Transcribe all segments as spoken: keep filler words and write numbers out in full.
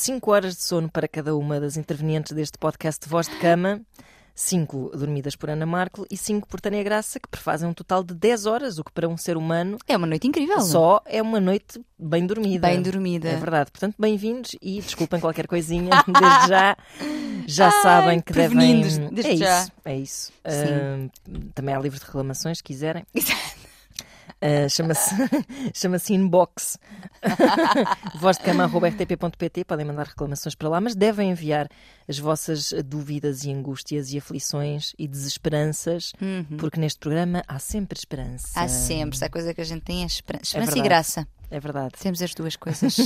cinco horas de sono para cada uma das intervenientes deste podcast de Voz de Cama. cinco dormidas por Ana Marco e cinco por Tânia Graça, que prefazem um total de dez horas, o que para um ser humano... É uma noite incrível. Só é uma noite bem dormida. Bem dormida. É verdade. Portanto, bem-vindos e desculpem qualquer coisinha. Desde já, já Ai, sabem que devem... Desde é já. isso, é isso. Uh, também há livros de reclamações, se quiserem. Uh, chama-se, chama-se Inbox. voz de cama arroba r t p ponto p t. Podem mandar reclamações para lá, mas devem enviar as vossas dúvidas e angústias e aflições e desesperanças, uhum. porque neste programa há sempre esperança. Há sempre, se há coisa que a gente tem é esperança, esperança é e graça. É verdade. Temos as duas coisas.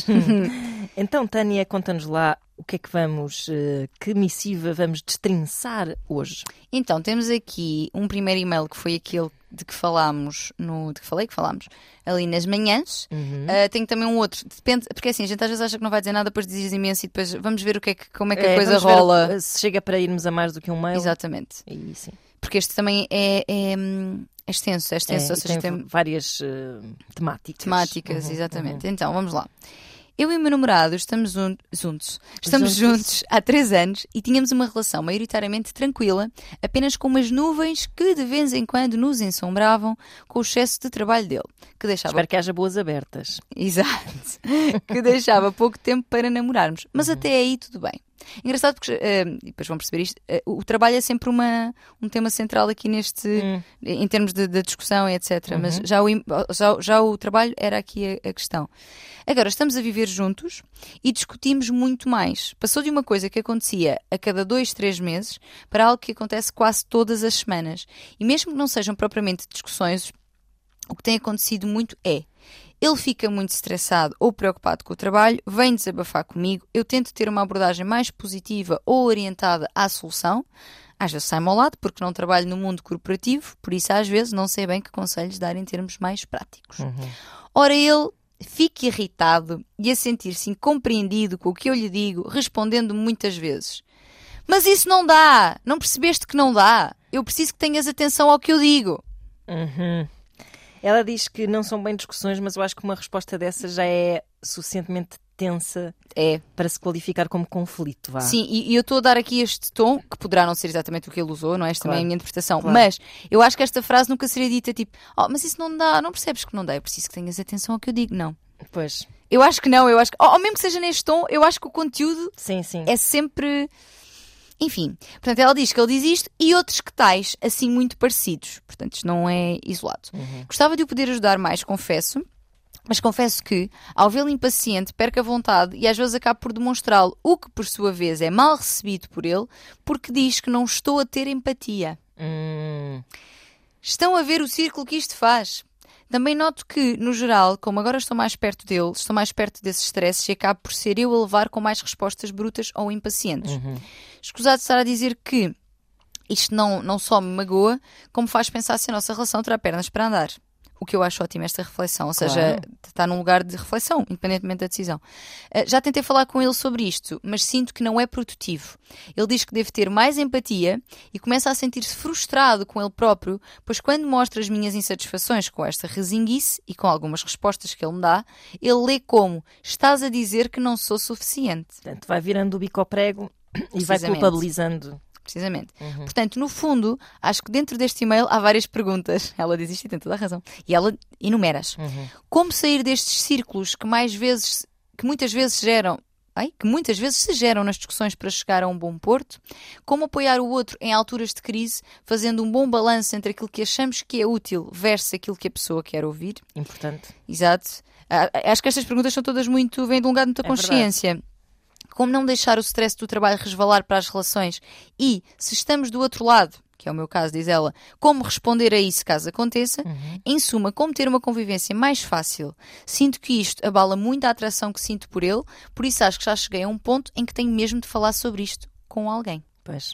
Então, Tânia, conta-nos lá o que é que vamos, que missiva vamos destrinçar hoje. Então, temos aqui um primeiro e-mail que foi aquele de que falámos, no, de que falei que falámos ali nas manhãs. Uhum. Uh, tenho também um outro, depende, porque assim, a gente às vezes acha que não vai dizer nada, depois dizes imenso e depois vamos ver o que é que, como é que é, a coisa rola. Ver, se chega para irmos a mais do que um mail. Exatamente. E, sim. Porque este também é, é, é extenso, é extenso. É, ou seja, tem, tem várias uh, temáticas. Temáticas, uhum, exatamente. Uhum. Então, vamos lá. Eu e o meu namorado estamos un... juntos. Estamos juntos. juntos há três anos e tínhamos uma relação maioritariamente tranquila, apenas com umas nuvens que de vez em quando nos ensombravam com o excesso de trabalho dele. Que deixava... Espero que haja boas abertas. Exato. Que deixava pouco tempo para namorarmos. Mas uhum. até aí tudo bem. Engraçado porque, uh, depois vão perceber isto, uh, o trabalho é sempre uma, um tema central aqui neste, hum. em termos de, de discussão, etcétera. Uhum. Mas já o, já, já o trabalho era aqui a, a questão. Agora, estamos a viver juntos e discutimos muito mais. Passou de uma coisa que acontecia a cada dois, três meses para algo que acontece quase todas as semanas. E mesmo que não sejam propriamente discussões, o que tem acontecido muito é... Ele fica muito estressado ou preocupado com o trabalho, vem desabafar comigo, eu tento ter uma abordagem mais positiva ou orientada à solução. Às vezes sai-me ao lado porque não trabalho no mundo corporativo, por isso às vezes não sei bem que conselhos dar em termos mais práticos. Uhum. Ora, ele fica irritado e a sentir-se incompreendido com o que eu lhe digo, respondendo muitas vezes: mas isso não dá, não percebeste que não dá? Eu preciso que tenhas atenção ao que eu digo. Uhum. Ela diz que não são bem discussões, mas eu acho que uma resposta dessa já é suficientemente tensa é. para se qualificar como conflito. Vá. Sim, e, e eu estou a dar aqui este tom, que poderá não ser exatamente o que ele usou, não é? Esta claro. também é a minha interpretação. Claro. Mas eu acho que esta frase nunca seria dita tipo, oh, mas isso não dá, não percebes que não dá, eu preciso que tenhas atenção ao que eu digo. Não. Pois. Eu acho que não, eu acho que, ou oh, mesmo que seja neste tom, eu acho que o conteúdo sim, sim. é sempre... Enfim, portanto, ela diz que ele diz isto e outros que tais, assim, muito parecidos. Portanto, isto não é isolado. Uhum. Gostava de o poder ajudar mais, confesso, mas confesso que, ao vê-lo impaciente, perco a vontade e às vezes acabo por demonstrá-lo, o que, por sua vez, é mal recebido por ele, porque diz que não estou a ter empatia. Hum. Estão a ver o círculo que isto faz? Também noto que, no geral, como agora estou mais perto dele, estou mais perto desses stresses e acabo por ser eu a levar com mais respostas brutas ou impacientes. Uhum. Escusado de estar a dizer que isto não, não só me magoa, como faz pensar se a nossa relação terá pernas para andar. O que eu acho ótimo esta reflexão, ou claro. seja, está num lugar de reflexão, independentemente da decisão. Uh, já tentei falar com ele sobre isto, mas sinto que não é produtivo. Ele diz que devo ter mais empatia e começa a sentir-se frustrado com ele próprio, pois quando mostro as minhas insatisfações com esta rezinguice e com algumas respostas que ele me dá, ele lê como: estás a dizer que não sou suficiente. Portanto, vai virando o bico ao prego e vai culpabilizando. Precisamente. Uhum. Portanto, no fundo, acho que dentro deste e-mail há várias perguntas. Ela diz isto e tem toda a razão. E ela enumera-as. Uhum. Como sair destes círculos que mais vezes, que muitas vezes geram, ai, que muitas vezes se geram nas discussões para chegar a um bom porto? Como apoiar o outro em alturas de crise, fazendo um bom balanço entre aquilo que achamos que é útil versus aquilo que a pessoa quer ouvir? Importante. Exato. Acho que estas perguntas são todas muito, vêm de um lugar de muita é consciência. Verdade. Como não deixar o stress do trabalho resvalar para as relações e, se estamos do outro lado, que é o meu caso, diz ela, como responder a isso caso aconteça. Uhum. Em suma, como ter uma convivência mais fácil. Sinto que isto abala muito a atração que sinto por ele, por isso acho que já cheguei a um ponto em que tenho mesmo de falar sobre isto com alguém. Pois.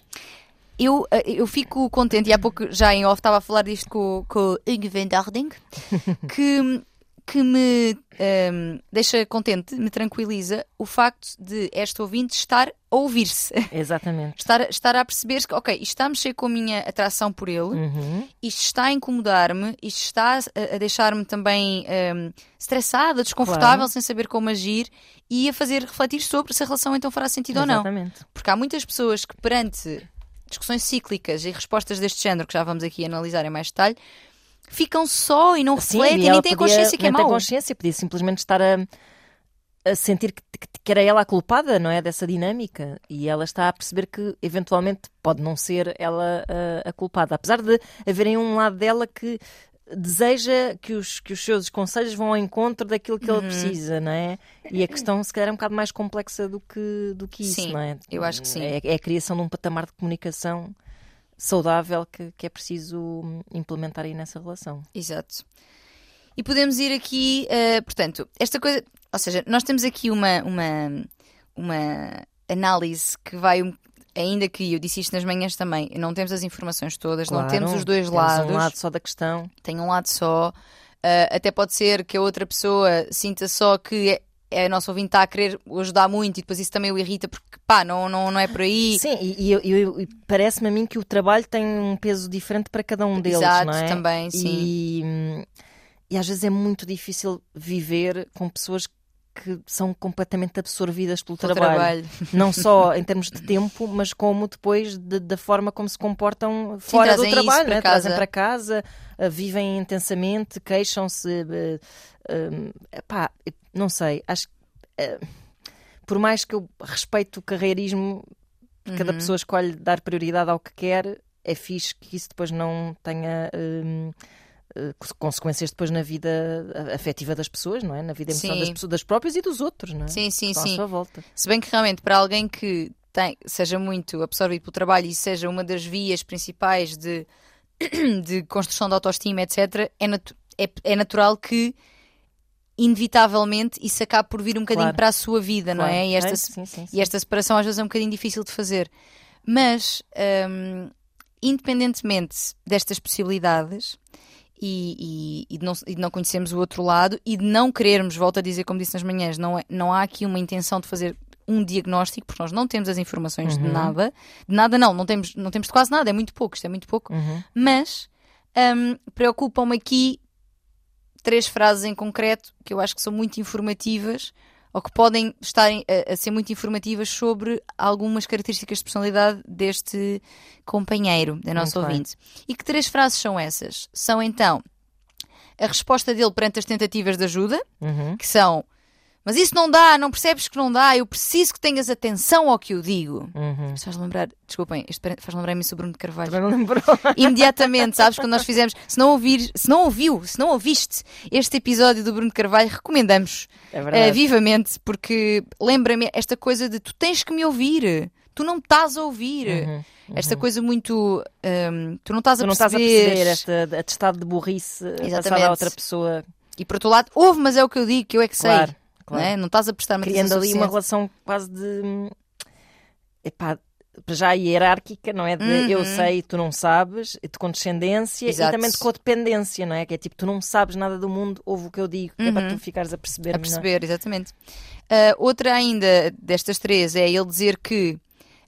Eu, eu fico contente, e há pouco já em off estava a falar disto com, com o Hugo Van Darding, que... que me um, deixa contente, me tranquiliza, o facto de esta ouvinte estar a ouvir-se. Exatamente. Estar, estar a perceber que, ok, isto está a mexer com a minha atração por ele, Uhum. isto está a incomodar-me, isto está a, a deixar-me também um, estressada, desconfortável, Claro. sem saber como agir e a fazer refletir sobre se a relação então fará sentido ou não. Exatamente. Porque há muitas pessoas que perante discussões cíclicas e respostas deste género, que já vamos aqui analisar em mais detalhe, ficam só e não Sim, refletem, e nem ela têm podia- consciência que é nem tem mau. consciência, podia simplesmente estar a, a sentir que, que, que era ela a culpada, não é? Dessa dinâmica. E ela está a perceber que, eventualmente, pode não ser ela a, a culpada. Apesar de haverem um lado dela que deseja que os, que os seus conselhos vão ao encontro daquilo que Uhum. ele precisa, não é? E a questão, se calhar, é um bocado mais complexa do que, do que isso, Sim, não é? eu acho que sim. É, é a criação de um patamar de comunicação saudável que, que é preciso implementar aí nessa relação. Exato. E podemos ir aqui, uh, portanto, esta coisa, ou seja, nós temos aqui uma, uma, uma análise que vai, um, ainda que eu disse isto nas manhãs também, não temos as informações todas, não Claro, temos os dois temos lados, um lado só da questão. tem um lado só, uh, até pode ser que a outra pessoa sinta só que é, é a nossa ouvinte está a querer o ajudar muito e depois isso também o irrita porque pá, não, não, não é por aí. Sim, e, e eu- eu- e parece-me a mim que o trabalho tem um peso diferente para cada um deles, Exato, não é? também, sim. E, hum, e às vezes é muito difícil viver com pessoas que são completamente absorvidas pelo Pelo trabalho. trabalho. Não só em termos de tempo, mas como depois de- da forma como se comportam fora do trazem isso trabalho, para né? casa. Trazem para casa, uh, vivem intensamente, queixam-se. uh, um, epá, não sei, acho que uh, por mais que eu respeito o carreirismo, cada Uhum. pessoa escolhe dar prioridade ao que quer, é fixe que isso depois não tenha hum, eh, consequências depois na vida afetiva das pessoas, não é? Na vida emocional Sim. das pessoas, das próprias e dos outros, não é? Sim, sim, Estão à sim. sua volta. Se bem que realmente para alguém que tem, seja muito absorvido pelo trabalho e seja uma das vias principais de, de construção de autoestima, etcétera, é, natu- é, é natural que inevitavelmente isso acabe por vir um bocadinho Claro. para a sua vida, não Claro. é? E esta, É, sim, sim, sim. e esta separação às vezes é um bocadinho difícil de fazer. Mas, hum, independentemente destas possibilidades e, e- e de não, e de não conhecermos o outro lado e de não querermos, volto a dizer como disse nas manhãs, não, é- não há aqui uma intenção de fazer um diagnóstico, porque nós não temos as informações de Uhum. nada. De nada não, não temos, não temos de quase nada, é muito pouco, isto é muito pouco. Uhum. Mas hum, preocupam-me aqui três frases em concreto que eu acho que são muito informativas ou que podem estar em- a, a ser muito informativas sobre algumas características de personalidade deste companheiro, da nossa Muito bem. ouvinte. E que três frases são essas? São então a resposta dele perante as tentativas de ajuda, Uhum. que são: mas isso não dá, não percebes que não dá, eu preciso que tenhas atenção ao que eu digo. Uhum. Isto faz lembrar, desculpem, isto faz lembrar-me sobre Bruno de Carvalho. Também me lembrou. Imediatamente, sabes, quando nós fizemos, se não ouvir, se não ouviu, se não ouviste este episódio do Bruno de Carvalho, recomendamos É eh, verdade. vivamente, porque lembra-me esta coisa de tu tens que me ouvir, tu não estás a ouvir. Uhum. Esta coisa muito, hum, tu não estás Tu a não estás a perceber. perceber este atestado de burrice passado Exatamente. a outra pessoa. E por outro lado, ouve, mas é o que eu digo, que eu é que sei. Claro, Não, claro. é? Não estás a prestar uma Criando atenção ali uma suficiente. relação quase de epá, já hierárquica, não é? De Uhum. eu sei e tu não sabes, e de condescendência Exato. e também de codependência, não é? Que é tipo, tu não sabes nada do mundo, ouve o que eu digo, que é para tu ficares a perceber. Uhum. A perceber, exatamente. Ah, outra ainda destas três é ele dizer que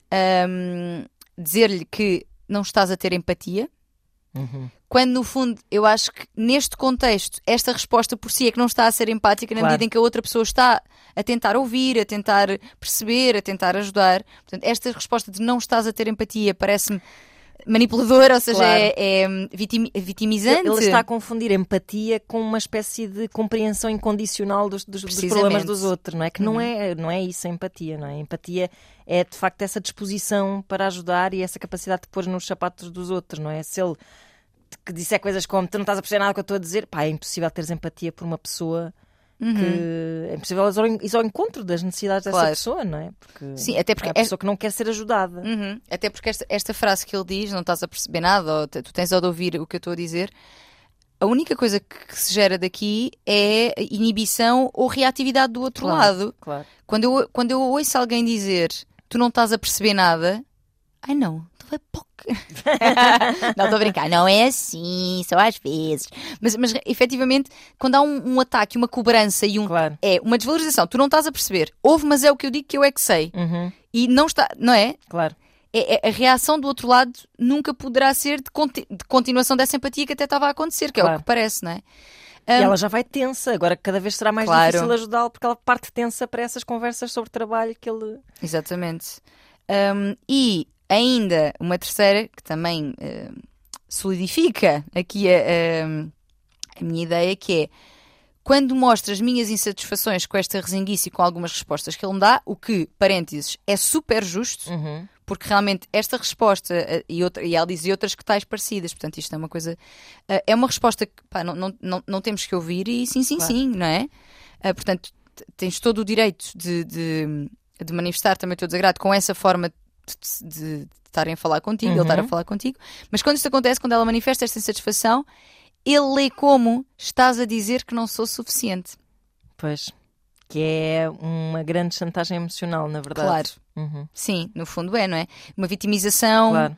ahm, dizer-lhe que não estás a ter empatia, Uhum. quando no fundo eu acho que neste contexto esta resposta por si é que não está a ser empática na Claro. medida em que a outra pessoa está a tentar ouvir, a tentar perceber, a tentar ajudar. Portanto, esta resposta de não estás a ter empatia parece-me manipuladora, ou seja, Claro. é, é vitim- vitimizante. Ele está a confundir empatia com uma espécie de compreensão incondicional dos, dos- dos Precisamente. problemas dos outros, não é? Que não, Uhum. é, não é isso a empatia, não é? A empatia é de facto essa disposição para ajudar e essa capacidade de pôr nos sapatos dos outros, não é? Se ele que disser coisas como tu não estás a perceber nada do que eu estou a dizer, pá, é impossível teres empatia por uma pessoa Uhum. que é impossível ir ao, ir ao encontro das necessidades dessa Claro. pessoa, não é? Porque Sim, até porque é a pessoa que não quer ser ajudada. Uhum. Até porque esta, esta frase que ele diz, não estás a perceber nada, ou te- tu tens só de ouvir o que eu estou a dizer, a única coisa que, que se gera daqui é inibição ou reatividade do outro Claro, lado. Claro. Quando eu, quando eu ouço alguém dizer tu não estás a perceber nada, ai não, então é pouco. Não, estou a brincar, não é assim, só às vezes. Mas, mas efetivamente, quando há um, um ataque, uma cobrança e um, claro. é uma desvalorização, tu não estás a perceber. Houve, mas é o que eu digo que eu é que sei. Uhum. E não está, não é? Claro. É, é, a reação do outro lado nunca poderá ser de, conti- de continuação dessa empatia que até estava a acontecer, que claro. é o que parece, não é? Um, e ela já vai tensa, agora cada vez será mais claro. difícil ajudá-lo porque ela parte tensa para essas conversas sobre trabalho que ele... Exatamente. Um, e ainda uma terceira que também uh, solidifica aqui a, a, a minha ideia, que é quando mostro as minhas insatisfações com esta rezinguice e com algumas respostas que ele me dá, o que, parênteses, é super justo, uhum. porque realmente esta resposta, uh, e, outra, e ela diz e outras que tais parecidas, portanto isto é uma coisa, uh, é uma resposta que pá, não, não, não, não temos que ouvir e sim, sim, claro. sim, não é? Uh, portanto, t- tens todo o direito de... de de manifestar também o teu desagrado com essa forma de, de, de estarem a falar contigo, uhum. ele estar a falar contigo, mas quando isto acontece, quando ela manifesta esta insatisfação, ele lê como estás a dizer que não sou suficiente. Pois, que é uma grande chantagem emocional, na verdade. Claro, uhum. sim, no fundo é, não é? Uma vitimização, claro.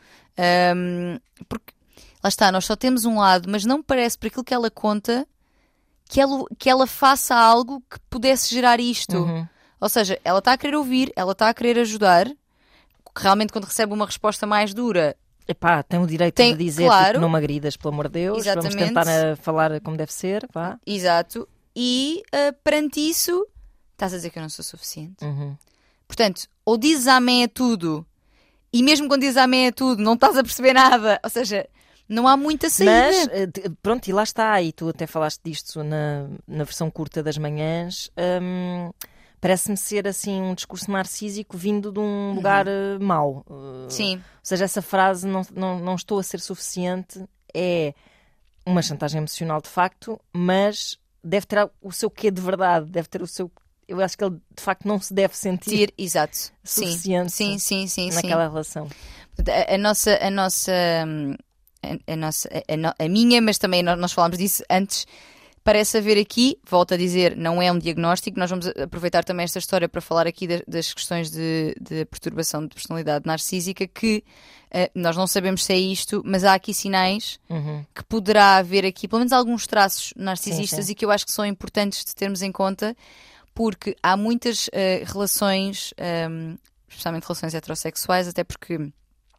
um, porque lá está, nós só temos um lado, mas não parece, por aquilo que ela conta, que ela, que ela faça algo que pudesse gerar isto. Uhum. Ou seja, ela está a querer ouvir, ela está a querer ajudar. Realmente, quando recebe uma resposta mais dura... Epá, tem o direito tem, de dizer claro, tipo, não me agridas, pelo amor de Deus. Exatamente. Vamos tentar a falar como deve ser. Vá. Exato. E, uh, perante isso, estás a dizer que eu não sou suficiente. Uhum. Portanto, ou dizes amém a tudo, e mesmo quando dizes amém a tudo, não estás a perceber nada. Ou seja... Não há muita saída. Mas, pronto, e lá está. E tu até falaste disto na, na versão curta das manhãs... Hum, parece-me ser assim um discurso narcísico vindo de um lugar uhum. uh, mau. Uh, Sim. Ou seja, essa frase não, não, não estou a ser suficiente é uma chantagem emocional de facto, mas deve ter o seu quê de verdade, deve ter o seu... Eu acho que ele de facto não se deve sentir Ter, exato. suficiente sim, sim, sim, sim, naquela sim. relação. A, a nossa... A nossa a, a, nossa a, a, a minha, mas também nós falámos disso antes... Parece haver aqui, volto a dizer, não é um diagnóstico, nós vamos aproveitar também esta história para falar aqui de, das questões de, de perturbação de personalidade narcísica, que uh, nós não sabemos se é isto, mas há aqui sinais uhum. que poderá haver aqui, pelo menos alguns traços narcisistas, sim, sim. e que eu acho que são importantes de termos em conta, porque há muitas uh, relações, um, especialmente relações heterossexuais, até porque...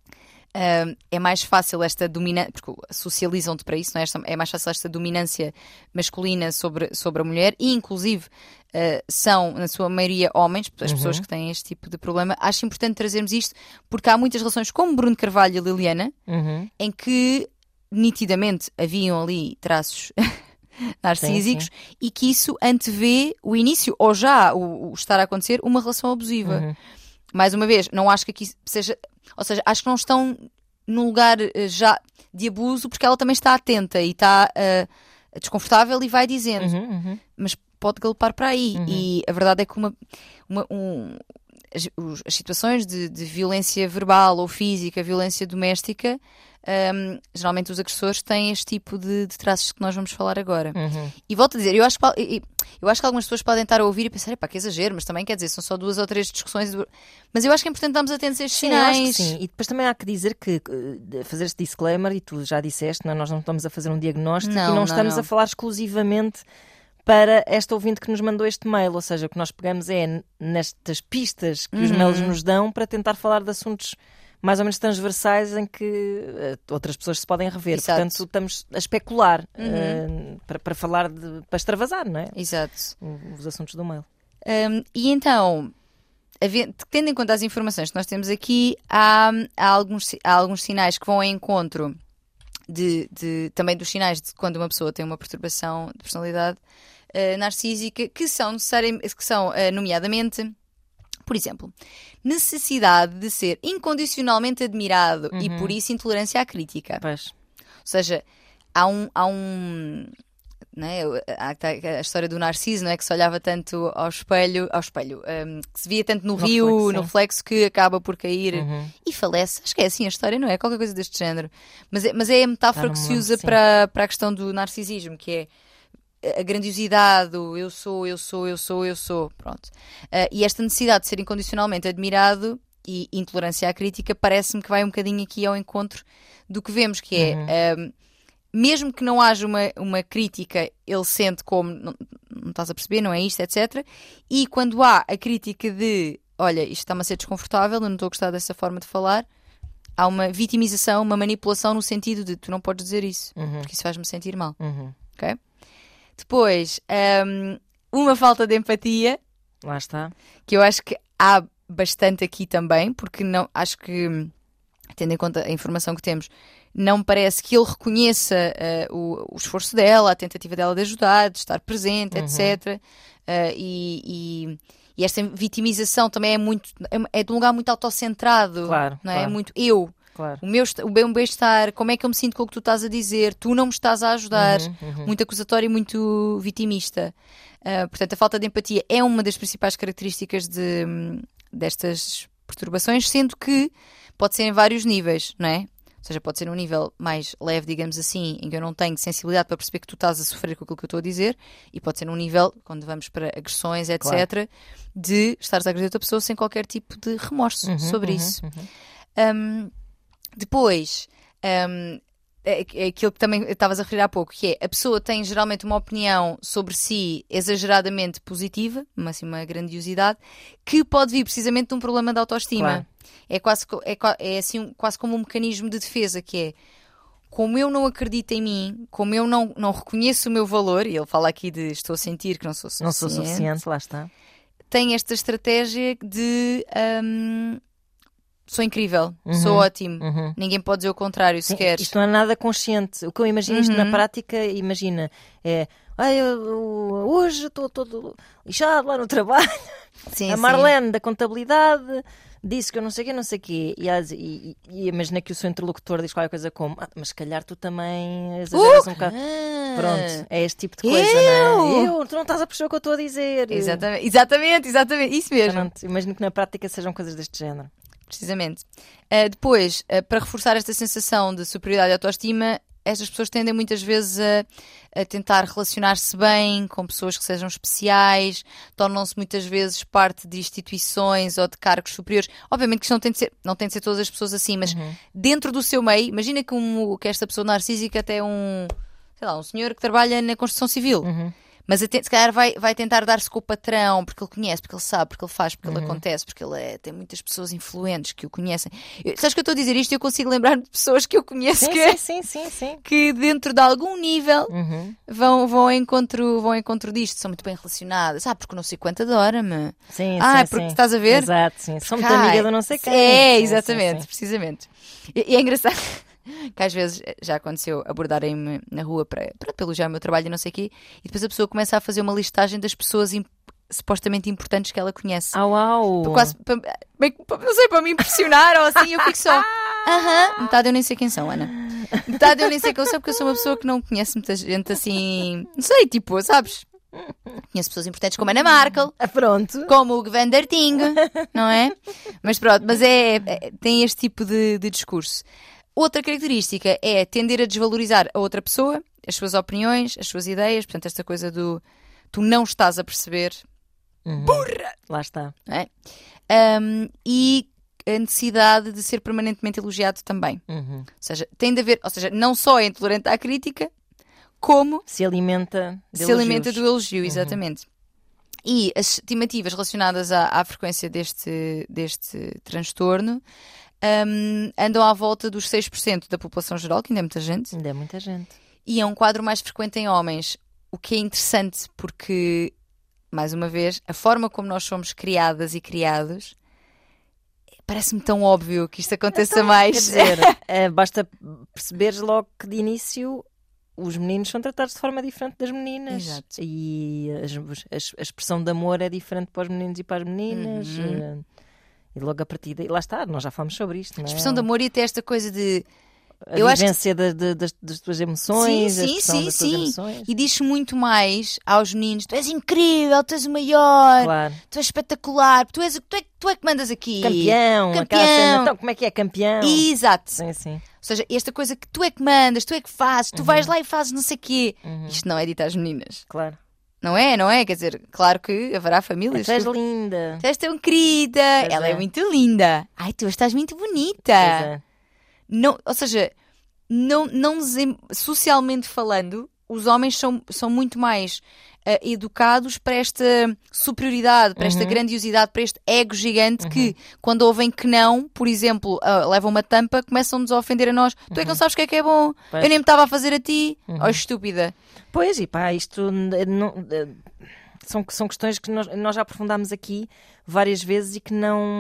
Uh, é mais fácil esta dominância, porque socializam-te para isso, não é? Esta, é mais fácil esta dominância masculina sobre, sobre a mulher, e inclusive uh, são, na sua maioria, homens, as uhum. pessoas que têm este tipo de problema. Acho importante trazermos isto, porque há muitas relações, como Bruno Carvalho e Liliana, uhum. em que nitidamente haviam ali traços narcísicos, sim, sim. e que isso antevê o início, ou já o, o estar a acontecer, uma relação abusiva. Uhum. Mais uma vez, não acho que aqui seja... Ou seja, acho que não estão num lugar uh, já de abuso, porque ela também está atenta e está uh, desconfortável e vai dizendo. Uhum, uhum. Mas pode galopar para aí. Uhum. E a verdade é que uma, uma, um, as, as situações de, de violência verbal ou física, violência doméstica, um, geralmente os agressores têm este tipo de, de traços que nós vamos falar agora. Uhum. E volto a dizer, eu acho que... Eu acho que algumas pessoas podem estar a ouvir e pensar, pá, que exagero, mas também quer dizer, são só duas ou três discussões. Mas eu acho que é importante estarmos atentos a estes sim, sinais. Eu acho que sim. E depois também há que dizer que, fazer este disclaimer, e tu já disseste, não, nós não estamos a fazer um diagnóstico não, e não, não estamos não. a falar exclusivamente para esta ouvinte que nos mandou este mail. Ou seja, o que nós pegamos é nestas pistas que uhum. os mails nos dão para tentar falar de assuntos mais ou menos transversais em que uh, outras pessoas se podem rever. Exato. Portanto, estamos a especular uhum. uh, para, para falar, de, para extravasar, não é? Exato. Os assuntos do mail. Um, e então, tendo em conta as informações que nós temos aqui, há, há, alguns, há alguns sinais que vão ao encontro de, de, também dos sinais de quando uma pessoa tem uma perturbação de personalidade uh, narcísica, que são, necessariamente, que são uh, nomeadamente... Por exemplo, necessidade de ser incondicionalmente admirado uhum. e por isso intolerância à crítica. Pois. Ou seja, há um... Há um não é? Há a história do Narciso, não é? Que se olhava tanto ao espelho, ao espelho um, que se via tanto no, no rio, reflexo, no reflexo, que acaba por cair uhum. e falece. Acho que é assim a história, não é? Qualquer coisa deste género. Mas é, mas é a metáfora ah, que se usa para, para a questão do narcisismo, que é a grandiosidade, o eu sou, eu sou, eu sou, eu sou, pronto. Uh, e esta necessidade de ser incondicionalmente admirado e intolerância à crítica, parece-me que vai um bocadinho aqui ao encontro do que vemos, que é, Uhum. um, mesmo que não haja uma, uma crítica, ele sente como, não, não estás a perceber, não é isto, etcétera. E quando há a crítica de, olha, isto está-me a ser desconfortável, eu não estou a gostar dessa forma de falar, há uma vitimização, uma manipulação no sentido de, tu não podes dizer isso, Uhum. porque isso faz-me sentir mal. Uhum. Ok? Depois, um, uma falta de empatia, Lá está. que eu acho que há bastante aqui também, porque não, acho que, tendo em conta a informação que temos, não me parece que ele reconheça uh, o, o esforço dela, a tentativa dela de ajudar, de estar presente, Uhum. etcétera. Uh, e, e, e esta vitimização também é muito, é, é de um lugar muito autocentrado, Claro, não é? claro. É muito eu. Claro. O meu, o meu bem-estar, como é que eu me sinto com o que tu estás a dizer, tu não me estás a ajudar, Uhum, uhum. muito acusatório e muito vitimista. Uh, portanto, a falta de empatia é uma das principais características de, destas perturbações, sendo que pode ser em vários níveis, não é? Ou seja, pode ser num nível mais leve, digamos assim, em que eu não tenho sensibilidade para perceber que tu estás a sofrer com aquilo que eu estou a dizer, e pode ser num nível, quando vamos para agressões, etcétera, de estares a agredir outra pessoa sem qualquer tipo de remorso Uhum, sobre uhum, isso. uhum. Um, depois, um, é, é aquilo que também estavas a referir há pouco, que é, a pessoa tem geralmente uma opinião sobre si exageradamente positiva, uma, assim, uma grandiosidade, que pode vir precisamente de um problema de autoestima. Claro. É, quase, co- é, qua- é assim, um- quase como um mecanismo de defesa, que é, como eu não acredito em mim, como eu não, não reconheço o meu valor, e ele fala aqui de estou a sentir que não sou suficiente, Não sou suficiente, lá está. tem esta estratégia de hum, sou incrível, Uhum, sou ótimo, uhum. ninguém pode dizer o contrário, se Sim, queres. isto não é nada consciente. O que eu imagino isto na Uhum. prática, imagina, é "Ai, eu, eu- hoje estou todo lixado lá no trabalho. Sim, A sim. Marlene da contabilidade disse que eu não sei o quê, não sei o quê. E, as- e, e, e imagina que o seu interlocutor diz qualquer coisa como "Ah, mas se calhar tu também exageras um bocado." Ah. Pronto, é este tipo de coisa, Eu? não é? Eu, tu não estás a perceber o que eu estou a dizer. Exatamente, exatamente, exatamente, isso mesmo. Pronto, imagino que na prática sejam coisas deste género. Precisamente. Uh, depois, uh, para reforçar esta sensação de superioridade e autoestima, estas pessoas tendem muitas vezes a, a tentar relacionar-se bem com pessoas que sejam especiais, tornam-se muitas vezes parte de instituições ou de cargos superiores. Obviamente que isto não tem de ser, não tem de ser todas as pessoas assim, mas Uhum. dentro do seu meio, imagina que, um, que esta pessoa narcísica até é um, sei lá, um senhor que trabalha na construção civil. Uhum. Mas até, se calhar vai, vai tentar dar-se com o patrão, porque ele conhece, porque ele sabe, porque ele faz, porque Uhum. ele acontece, porque ele é, tem muitas pessoas influentes que o conhecem. Eu, sabes que eu estou a dizer isto e eu consigo lembrar de pessoas que eu conheço Sim, que, sim, sim, sim, sim. que dentro de algum nível Uhum. vão, vão, ao encontro, vão ao encontro disto, são muito bem relacionadas. Ah, porque não sei quanto adora-me. Sim, Ah, sim, porque sim. estás a ver? Exato, sim. Sou muito Cai. amiga do não sei quem. É, Sim, exatamente, sim, sim. precisamente. E, e é engraçado que às vezes já aconteceu abordarem-me na rua para, para elogiar o meu trabalho e não sei o quê, e depois a pessoa começa a fazer uma listagem das pessoas im- supostamente importantes que ela conhece. Au, au. Para quase, para, bem, para- não sei, para me impressionar ou assim, eu fico só. Aham, metade eu nem sei quem são, Ana. Metade eu nem sei quem são, porque eu sou uma pessoa que não conhece muita gente assim. Não sei, tipo, sabes? Conheço pessoas importantes como Ana Markel, Ah, pronto. como o Van der Ting, não é? Mas pronto, mas é, é- tem este tipo de, de discurso. Outra característica é tender a desvalorizar a outra pessoa, as suas opiniões, as suas ideias, portanto, esta coisa do tu não estás a perceber, Uhum. burra! Lá está. Não é? Um, e a necessidade de ser permanentemente elogiado também. Uhum. Ou seja, tem de haver, ou seja, não só é intolerante à crítica, como Se alimenta de se alimenta elogios. do elogio, exatamente. E as estimativas relacionadas à, à frequência deste, deste transtorno um, andam à volta dos seis por cento da população geral, que ainda é muita gente, Ainda é muita gente. e é um quadro mais frequente em homens, o que é interessante porque, mais uma vez, a forma como nós somos criadas e criados parece-me tão óbvio que isto aconteça Então, mais. Quer dizer, eh, basta perceberes logo que de início os meninos são tratados de forma diferente das meninas. Exato. E as- as- a expressão de amor é diferente para os meninos e para as meninas. Uhum. eh, E logo a partir daí, lá está, nós já falamos sobre isto, não é? A expressão de amor e até esta coisa de A eu acho que- vivência da- da- das, das tuas emoções, Sim, a sim, expressão sim, das tuas sim. emoções. E diz muito mais aos meninos: tu és incrível, tu és o maior, Claro. tu és espetacular, tu és, tu é, tu é que mandas aqui. Campeão, Campeão. aquela cena. Então, como é que é campeão? Exato. Sim, sim. Ou seja, esta coisa que tu é que mandas, tu é que fazes, tu vais lá e fazes não sei o quê. Uhum. Isto não é dito às meninas. Claro. Não é, não é? Quer dizer, claro que haverá famílias. Tu és linda. Tu és tão querida. Pois Ela é. é muito linda. Ai, tu estás muito bonita. Pois é. Não, ou seja, não, não desem... socialmente falando, os homens são, são muito mais uh, educados para esta superioridade, para esta uhum. grandiosidade, para este ego gigante uhum. que, quando ouvem que não, por exemplo, uh, levam uma tampa, começam-nos a ofender a nós. Uhum. Tu é que não sabes o que é que é bom. Pois. Eu nem me estava a fazer a ti. Uhum. Oh, estúpida. Pois, e pá, isto não, são, são questões que nós, nós já aprofundámos aqui várias vezes e que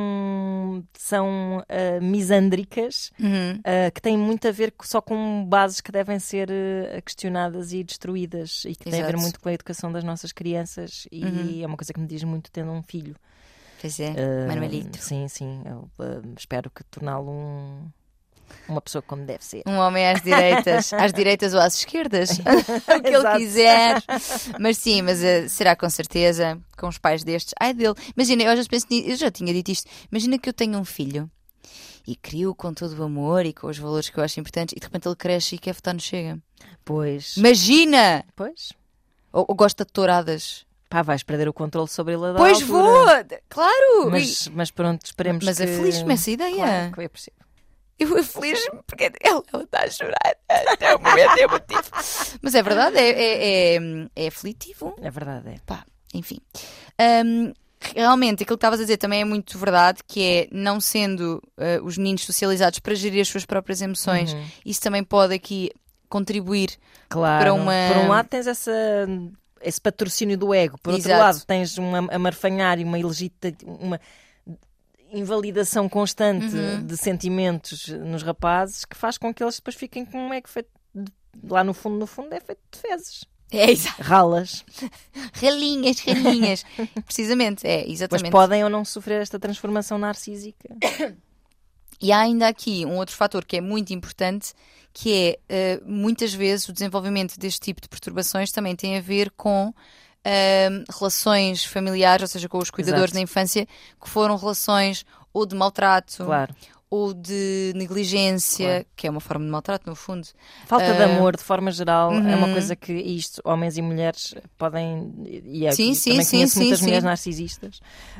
não são uh, misândricas, uhum. uh, que têm muito a ver só com bases que devem ser uh, questionadas e destruídas e que têm a ver muito com a educação das nossas crianças e uhum. é uma coisa que me diz muito tendo um filho. Pois é, uh, Manuelito. Sim, sim, eu uh, espero que torná-lo um... uma pessoa como deve ser. Um homem às direitas, às direitas ou às esquerdas, o que ele quiser. Mas sim, mas uh, será com certeza com os pais destes. Ai dele. Imagina, eu já penso, eu já tinha dito isto. Imagina que eu tenho um filho e crio com todo o amor e com os valores que eu acho importantes e de repente ele cresce e quer votar no Chega. Pois. Imagina! Pois. Ou, ou gosta de touradas. Pá, vais perder o controle sobre ele a dar Pois altura. vou! Claro! Mas, mas pronto, esperemos mas que... Mas aflige-me essa ideia. Claro, que é possível. Eu aflijo-me porque ela está a chorar até o momento emotivo. Mas é verdade, é, é, é, é aflitivo. É verdade, é. Pá, enfim. Um, realmente, aquilo que estavas a dizer também é muito verdade, que é, não sendo uh, os meninos socializados para gerir as suas próprias emoções, uhum. isso também pode aqui contribuir claro. para uma... Por um lado tens essa... esse patrocínio do ego, por Exato. outro lado tens uma amarfanhar e uma ilegita... uma... invalidação constante uhum. de sentimentos nos rapazes que faz com que eles depois fiquem com um ego feito de... lá no fundo, no fundo é feito de fezes. É, exato. Ralas. Ralinhas, ralinhas. Precisamente, é, exatamente. Mas podem ou não sofrer esta transformação narcísica. E há ainda aqui um outro fator que é muito importante, que é, uh, muitas vezes, o desenvolvimento deste tipo de perturbações também tem a ver com Uh, relações familiares, ou seja, com os cuidadores Exato. na infância, que foram relações ou de maltrato, claro. ou de negligência, claro. que é uma forma de maltrato, no fundo. Falta uh, de amor, de forma geral, uhum. é uma coisa que isto, homens e mulheres podem, e é, sim, sim, também sim, conheço sim, muitas sim. mulheres narcisistas,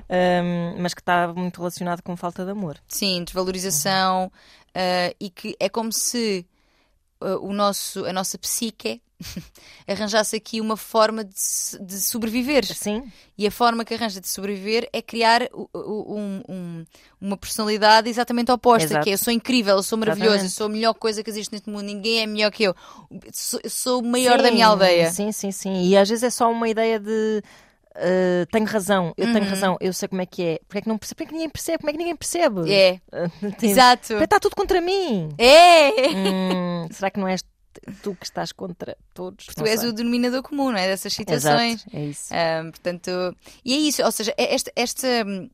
um, mas que está muito relacionado com falta de amor. Sim, desvalorização, uhum. uh, e que é como se uh, o nosso, a nossa psique arranjasse aqui uma forma de, de sobreviver. Sim. E a forma que arranja de sobreviver é criar um, um, uma personalidade exatamente oposta. Exato. Que é, eu sou incrível, eu sou maravilhosa, eu sou a melhor coisa que existe neste mundo, ninguém é melhor que eu, sou, eu sou o maior sim, da minha aldeia. Sim, sim, sim. E às vezes é só uma ideia de uh, tenho razão, eu uhum. tenho razão, eu sei como é que é. Porque é que, não percebe? Porque é que ninguém percebe? Como é que ninguém percebe? É. Uh, Exato. Porque está tudo contra mim. É. Hum, será que não és tu que estás contra todos? Porque tu és o denominador comum, não é? Dessas situações. Exato, é isso. Um, portanto, e é isso, ou seja, este, este,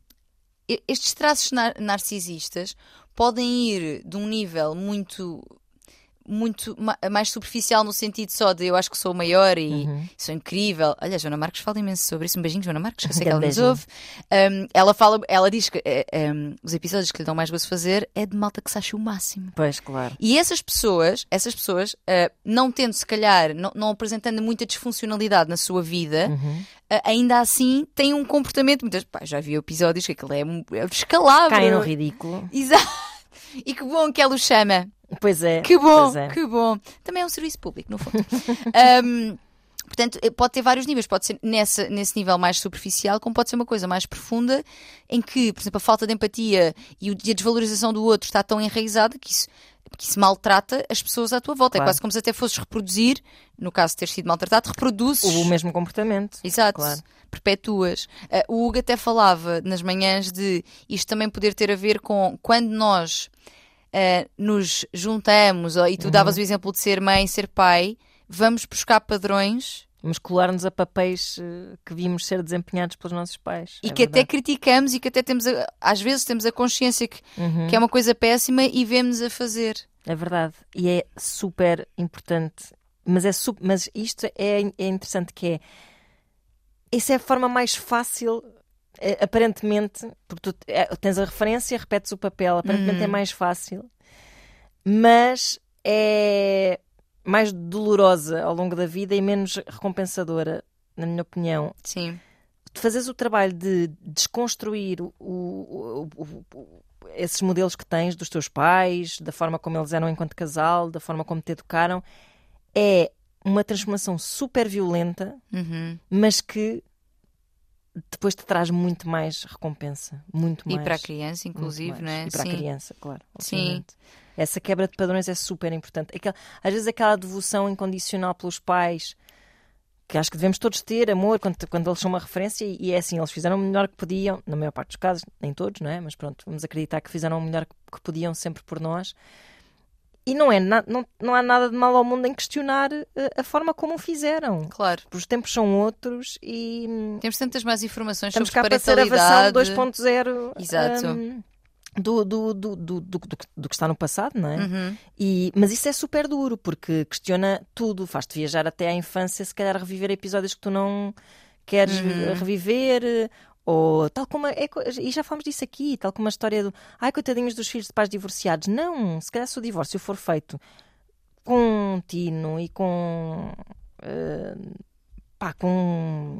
estes traços nar- narcisistas podem ir de um nível muito, muito ma- mais superficial, no sentido só de eu acho que sou o maior e uhum. sou incrível. Olha, a Joana Marques fala imenso sobre isso. Um beijinho, Joana Marques, que eu sei que ela beijinho. nos ouve. Um, ela fala, ela diz que um, os episódios que lhe dão mais gosto de fazer é de malta que se acha o máximo. Pois, claro. E essas pessoas, essas pessoas, uh, não tendo se calhar, não, não apresentando muita disfuncionalidade na sua vida, uhum. uh, ainda assim têm um comportamento. Muitas, pá, já vi episódios que aquilo é, é descalabro. Cai no ridículo. Exato. E que bom que ela o chama. Pois é. Que bom, pois é. que bom. Também é um serviço público, no fundo. um, portanto, pode ter vários níveis. Pode ser nessa, nesse nível mais superficial, como pode ser uma coisa mais profunda, em que, por exemplo, a falta de empatia e a desvalorização do outro está tão enraizada que isso, que isso maltrata as pessoas à tua volta. Claro. É quase como se até fosses reproduzir, no caso de ter sido maltratado, reproduzes o mesmo comportamento. Exato. Claro. Perpetuas. Uh, o Hugo até falava nas manhãs de isto também poder ter a ver com quando nós uh, nos juntamos, e tu uhum. davas o exemplo de ser mãe, ser pai, vamos buscar padrões. Vamos colar-nos a papéis uh, que vimos ser desempenhados pelos nossos pais. E é que verdade. até criticamos e que até temos, a, às vezes temos a consciência que, uhum. que é uma coisa péssima e vemos a fazer. É verdade. E é super importante. Mas, é super, mas isto é, é interessante que é... Essa é a forma mais fácil, é, aparentemente, porque tu é, tens a referência, repetes o papel, aparentemente uhum. é mais fácil, mas é mais dolorosa ao longo da vida e menos recompensadora na minha opinião, Sim. de fazeres o trabalho de desconstruir o, o, o, o, esses modelos que tens dos teus pais, da forma como eles eram enquanto casal, da forma como te educaram, é uma transformação super violenta, Uhum. mas que depois te traz muito mais recompensa, muito mais. E para a criança, inclusive, não é? E para Sim. a criança, claro. Sim. Obviamente. Essa quebra de padrões é super importante. Aquela, às vezes aquela devoção incondicional pelos pais, que acho que devemos todos ter, amor, quando, quando eles são uma referência, e, e é assim, eles fizeram o melhor que podiam, na maior parte dos casos, nem todos, não é? Mas pronto, vamos acreditar que fizeram o melhor que podiam sempre por nós. E não, é na, não, não há nada de mal ao mundo em questionar a, a forma como o fizeram. Claro. Os tempos são outros e... Temos tantas mais informações Estamos sobre cá para ser a parentalidade. versão dois ponto zero Exato. um, do, do, do, do, do, do que está no passado, não é? Uhum. E, mas isso é super duro, porque questiona tudo. Faz-te viajar até à infância, se calhar reviver episódios que tu não queres Uhum. reviver... Ou tal como, é, e já falamos disso aqui, tal como a história do ai, coitadinhos dos filhos de pais divorciados. Não, se calhar se o divórcio for feito contínuo e com uh, pá, com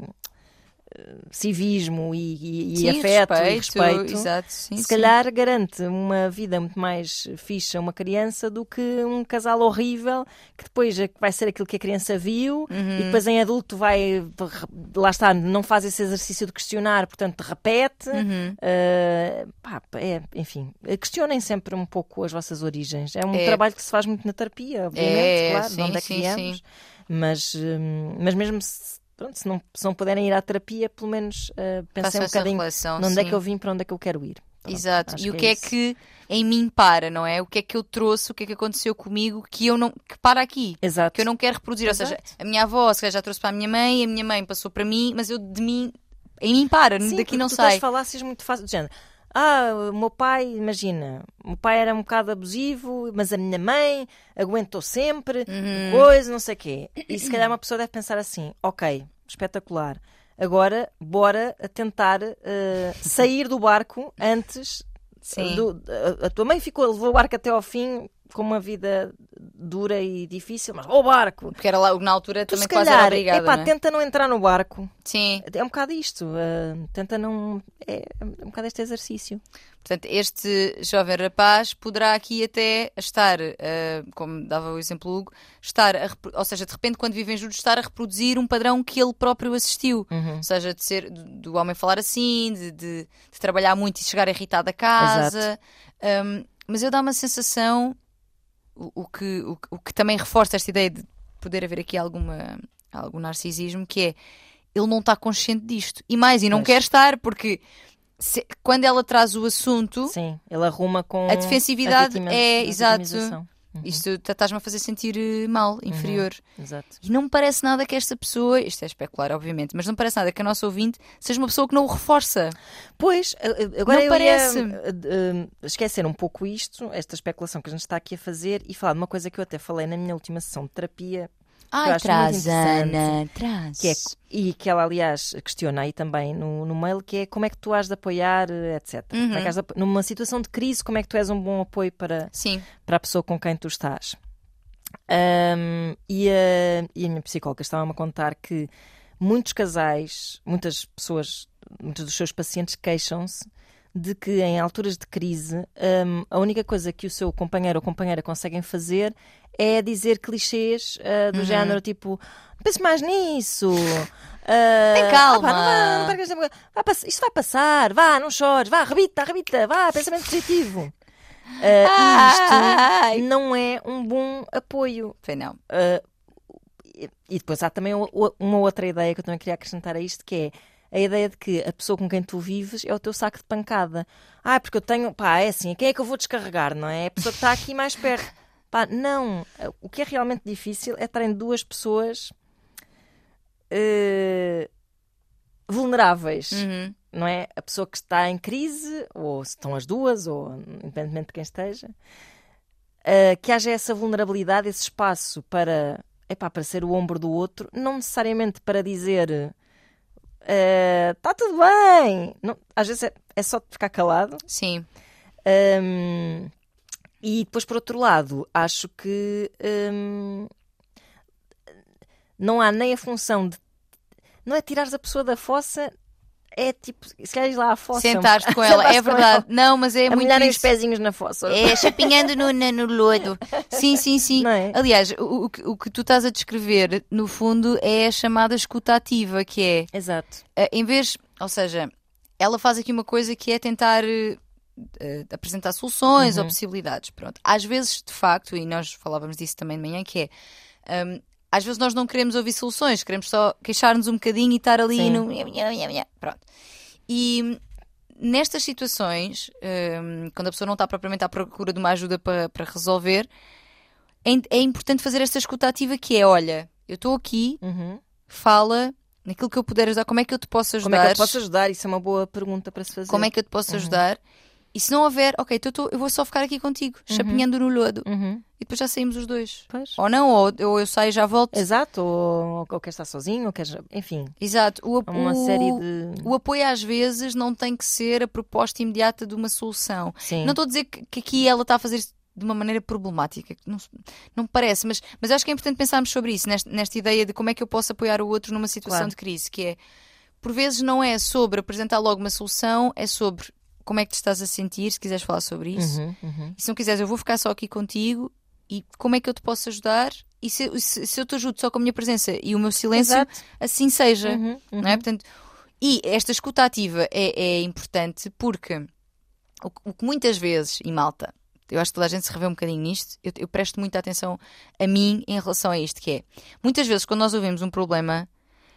uh, civismo e, e, e Sim, afeto respeito, e respeito, exato, sim, se sim. calhar garante uma vida muito mais fixe a uma criança do que um casal horrível que depois vai ser aquilo que a criança viu Uhum. e depois em adulto vai, lá está, não faz esse exercício de questionar, portanto repete. Uhum. Uh, pá, é, enfim, questionem sempre um pouco as vossas origens. É um É. trabalho que se faz muito na terapia, obviamente, É, claro, sim, de onde é que sim, viemos. sim. Mas, hum, mas mesmo se, pronto, se, não, se não puderem ir à terapia, pelo menos uh, pensem Façam um essa bocadinho reflexão, de onde é sim. que eu vim, para onde é que eu quero ir. Pronto, Exato. acho E o que é, isso. que em mim para, não é? O que é que eu trouxe, o que é que aconteceu comigo que eu não que para aqui, Exato. que eu não quero reproduzir. Exato. Ou seja, a minha avó se calhar já trouxe para a minha mãe, a minha mãe passou para mim, mas eu de mim, em mim para, Sim, daqui não tu sai. tens falácias muito fáceis, do género. Ah, o meu pai, imagina, o meu pai era um bocado abusivo, mas a minha mãe aguentou sempre, Uhum. coisa, não sei o quê. E se calhar uma pessoa deve pensar assim, ok, espetacular, agora bora a tentar uh, sair do barco antes. Sim. Do, a, a tua mãe ficou, levou o barco até ao fim com uma vida dura e difícil, mas o barco. Porque era lá, na altura Tu, também se quase calhar, era obrigada, epá, não é? tenta não entrar no barco. Sim. É um bocado isto. Uh, tenta não. É, é um bocado este exercício. Portanto, este jovem rapaz poderá aqui até estar, uh, como dava o exemplo Hugo, estar a, ou seja, de repente quando vivem juntos, estar a reproduzir um padrão que ele próprio assistiu. Uhum. Ou seja, de ser do, do homem falar assim, de, de, de trabalhar muito e chegar irritado a casa. Um, mas eu dá uma sensação, o, o, que, o, o que também reforça esta ideia de poder haver aqui alguma, algum narcisismo, que é ele não está consciente disto. E mais, e não Pois. quer estar, porque se, quando ela traz o assunto, Sim, ele arruma com a defensividade a vitima- é, a exato. vitimização. Uhum. Isto tá- estás-me a fazer sentir eh, mal, inferior. Exato. E não me parece nada que esta pessoa, isto é especular, obviamente, mas não me parece nada que a nossa ouvinte seja uma pessoa que não o reforça. Pois, a- a- agora Não eu parece. ia uh, uh, esquecer um pouco isto, esta especulação que a gente está aqui a fazer, e falar de uma coisa que eu até falei na minha última sessão de terapia, Ai, acho muito traz, interessante, Ana, traz. que é, e que ela, aliás, questiona aí também no, no mail, que é como é que tu has de apoiar, etcétera. Uhum. Como é que has de, ap- numa situação de crise, como é que tu és um bom apoio para, Sim. para a pessoa com quem tu estás. Um, e, a, e a minha psicóloga estava-me a contar que muitos casais, muitas pessoas, muitos dos seus pacientes queixam-se de que em alturas de crise um, a única coisa que o seu companheiro ou companheira conseguem fazer é dizer clichês uh, do Uhum. género tipo, não pense mais nisso. Uh, Tem calma. "Ah, pá, não vá, não percas tempo. Vai pass- isto vai passar, vá, não chores, vá, rebita, rebita, vá, pensamento positivo. Uh, Ai. isto não é um bom apoio. Foi não. Uh, e, e depois há também o- o- uma outra ideia que eu também queria acrescentar a isto, que é a ideia de que a pessoa com quem tu vives é o teu saco de pancada. Ah, porque eu tenho... Pá, é assim, quem é que eu vou descarregar, não é? É a pessoa que está aqui mais perto. Pá, não. O que é realmente difícil é estarem duas pessoas uh, vulneráveis. Uhum. Não é? A pessoa que está em crise, ou se estão as duas, ou independentemente de quem esteja, uh, que haja essa vulnerabilidade, esse espaço para, epá, para ser o ombro do outro, não necessariamente para dizer está tudo bem. Não, às vezes é, é só ficar calado. Sim. Um, e depois, por outro lado, acho que um, não há nem a função de não é tirares a pessoa da fossa, é tipo, se calhar ir lá à fossa. Sentar-te com ela, é verdade. Não, mas é a muito molharem isso. os pezinhos na fossa. É, chapinhando no, no, no lodo. Sim, sim, sim. Não é? Aliás, o, o, que- o que tu estás a descrever, no fundo, é a chamada escuta ativa, que é, Exato. eh, em vez, ou seja, ela faz aqui uma coisa que é tentar eh, eh, apresentar soluções ou possibilidades. Pronto. Às vezes, de facto, e nós falávamos disso também de manhã, que é, hum, às vezes nós não queremos ouvir soluções, queremos só queixar-nos um bocadinho e estar ali Sim. no... Pronto. E nestas situações, hum, quando a pessoa não está propriamente à procura de uma ajuda para, para resolver, é, in- é importante fazer esta escuta ativa que é, olha, eu estou aqui, Uhum. fala naquilo que eu puder ajudar, como é que eu te posso Como ajudar? é que eu te posso ajudar? Isso é uma boa pergunta para se fazer. Como é que eu te posso ajudar? E se não houver, ok, então eu, tô- eu vou só ficar aqui contigo, chapinhando no lodo. Uhum. E depois já saímos os dois. Pois. Ou não, ou, ou eu saio e já volto. Exato, ou, ou quer estar sozinho, ou quer... Enfim, Exato. O, ap- há uma o- série de... o apoio às vezes não tem que ser a proposta imediata de uma solução. Sim. Não estou a dizer que, que aqui ela está a fazer isso de uma maneira problemática. que Não, se- não me parece, mas, mas acho que é importante pensarmos sobre isso, nesta, nesta ideia de como é que eu posso apoiar o outro numa situação Claro. de crise, que é, por vezes não é sobre apresentar logo uma solução, é sobre como é que te estás a sentir, se quiseres falar sobre isso. Uhum, uhum. E se não quiseres, eu vou ficar só aqui contigo e como é que eu te posso ajudar? E se, se, se eu te ajudo só com a minha presença e o meu silêncio, Exato. assim seja. Uhum, uhum. Não é? Portanto, e esta escuta ativa é, é importante porque o, que- o que muitas vezes, e malta, eu acho que toda a gente se revê um bocadinho nisto, eu, eu presto muita atenção a mim em relação a isto, que é, muitas vezes quando nós ouvimos um problema,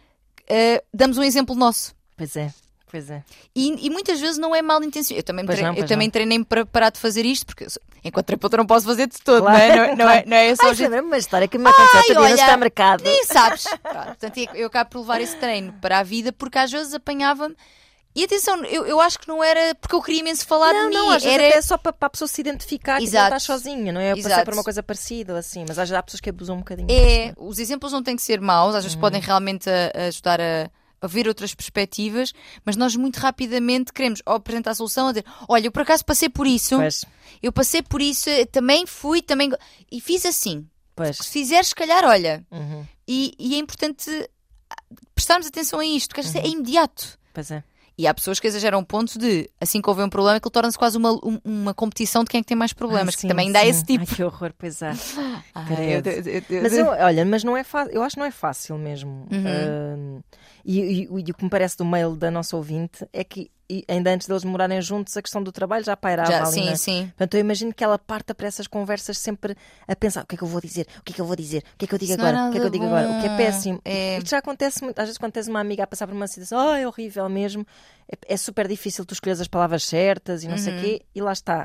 eh, damos um exemplo nosso. Pois é, pois é. E, e muitas vezes não é mal intencionado. Eu também, me Pois tre- não, eu pois também não. treinei-me para parar de fazer isto, porque eu sou- enquanto terapeuta não posso fazer de todo, Claro, não é? Não, não é, não é esse o Ai, objetivo. lembra-me uma história que me aconteceu outro dia no olha, supermercado. Nem sabes. Pronto, portanto, eu eu acabo por levar esse treino para a vida, porque às vezes apanhava-me. E atenção, eu, eu acho que não era porque eu queria imenso falar Não, de mim. não, às vezes era... até é só para, para a pessoa se identificar que não Exato. está sozinha, não é? Eu passei Exato. por uma coisa parecida, assim, mas às vezes há pessoas que abusam um bocadinho. É, os exemplos não têm que ser maus, às vezes Uhum. podem realmente a- a ajudar a, a ver outras perspectivas, mas nós muito rapidamente queremos ou apresentar a solução ou dizer, olha, eu por acaso passei por isso, Pois, eu passei por isso, eu também fui, também go- e fiz assim. pois. Se fizeres, se calhar, olha. Uhum. E, e é importante prestarmos atenção a isto, porque às vezes é imediato. Pois é. E há pessoas que exageram um ponto de, assim que houver um problema, que ele torna-se quase uma, um- uma competição de quem é que tem mais problemas, Ai, que sim, também dá sim. esse tipo. Ai, que horror, pois é. Ai, credo. eu- eu- eu- Mas eu, olha, mas não é fácil, eu acho que não é fácil mesmo. Uhum. Ah, e, e- e o que me parece do mail da nossa ouvinte é que e ainda antes deles morarem juntos, a questão do trabalho já pairava Já, ali. sim, na... sim. Portanto, eu imagino que ela parta para essas conversas sempre a pensar: o que é que eu vou dizer? O que é que eu vou dizer? O que é que eu digo Isso não é agora? O que é que eu nada digo agora? O que é bom. péssimo. É. Isto já acontece muito. Às vezes, quando tens uma amiga a passar por uma situação, oh, é horrível mesmo, é, é super difícil tu escolheres as palavras certas e não sei o Uhum. quê, e lá está.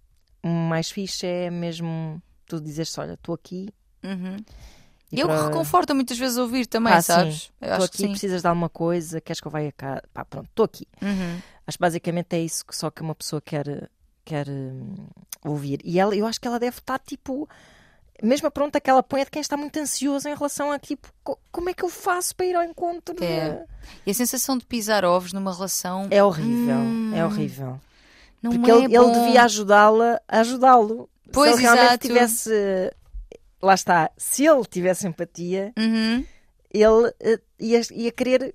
O mais fixe é mesmo tu dizeres: olha, estou aqui. Uhum. e Eu para- reconforto muitas vezes a ouvir também, Pá, sabes? sim. Eu Estou acho aqui, que sim. precisas de alguma coisa, queres que eu vá a cá? Pá, pronto, estou aqui. Uhum. Acho que basicamente é isso que só que uma pessoa quer, quer hum, ouvir. E ela, eu acho que ela deve estar tipo. Mesmo a pergunta que ela põe é de quem está muito ansioso em relação a tipo, co- como é que eu faço para ir ao encontro? de- É. E a sensação de pisar ovos numa relação É horrível, Hum, é horrível. não Porque é ele, ele bom. devia ajudá-la a ajudá-lo. Pois, se ele realmente exato. tivesse. Lá está, se ele tivesse empatia, Uhum. ele eh, ia, ia querer.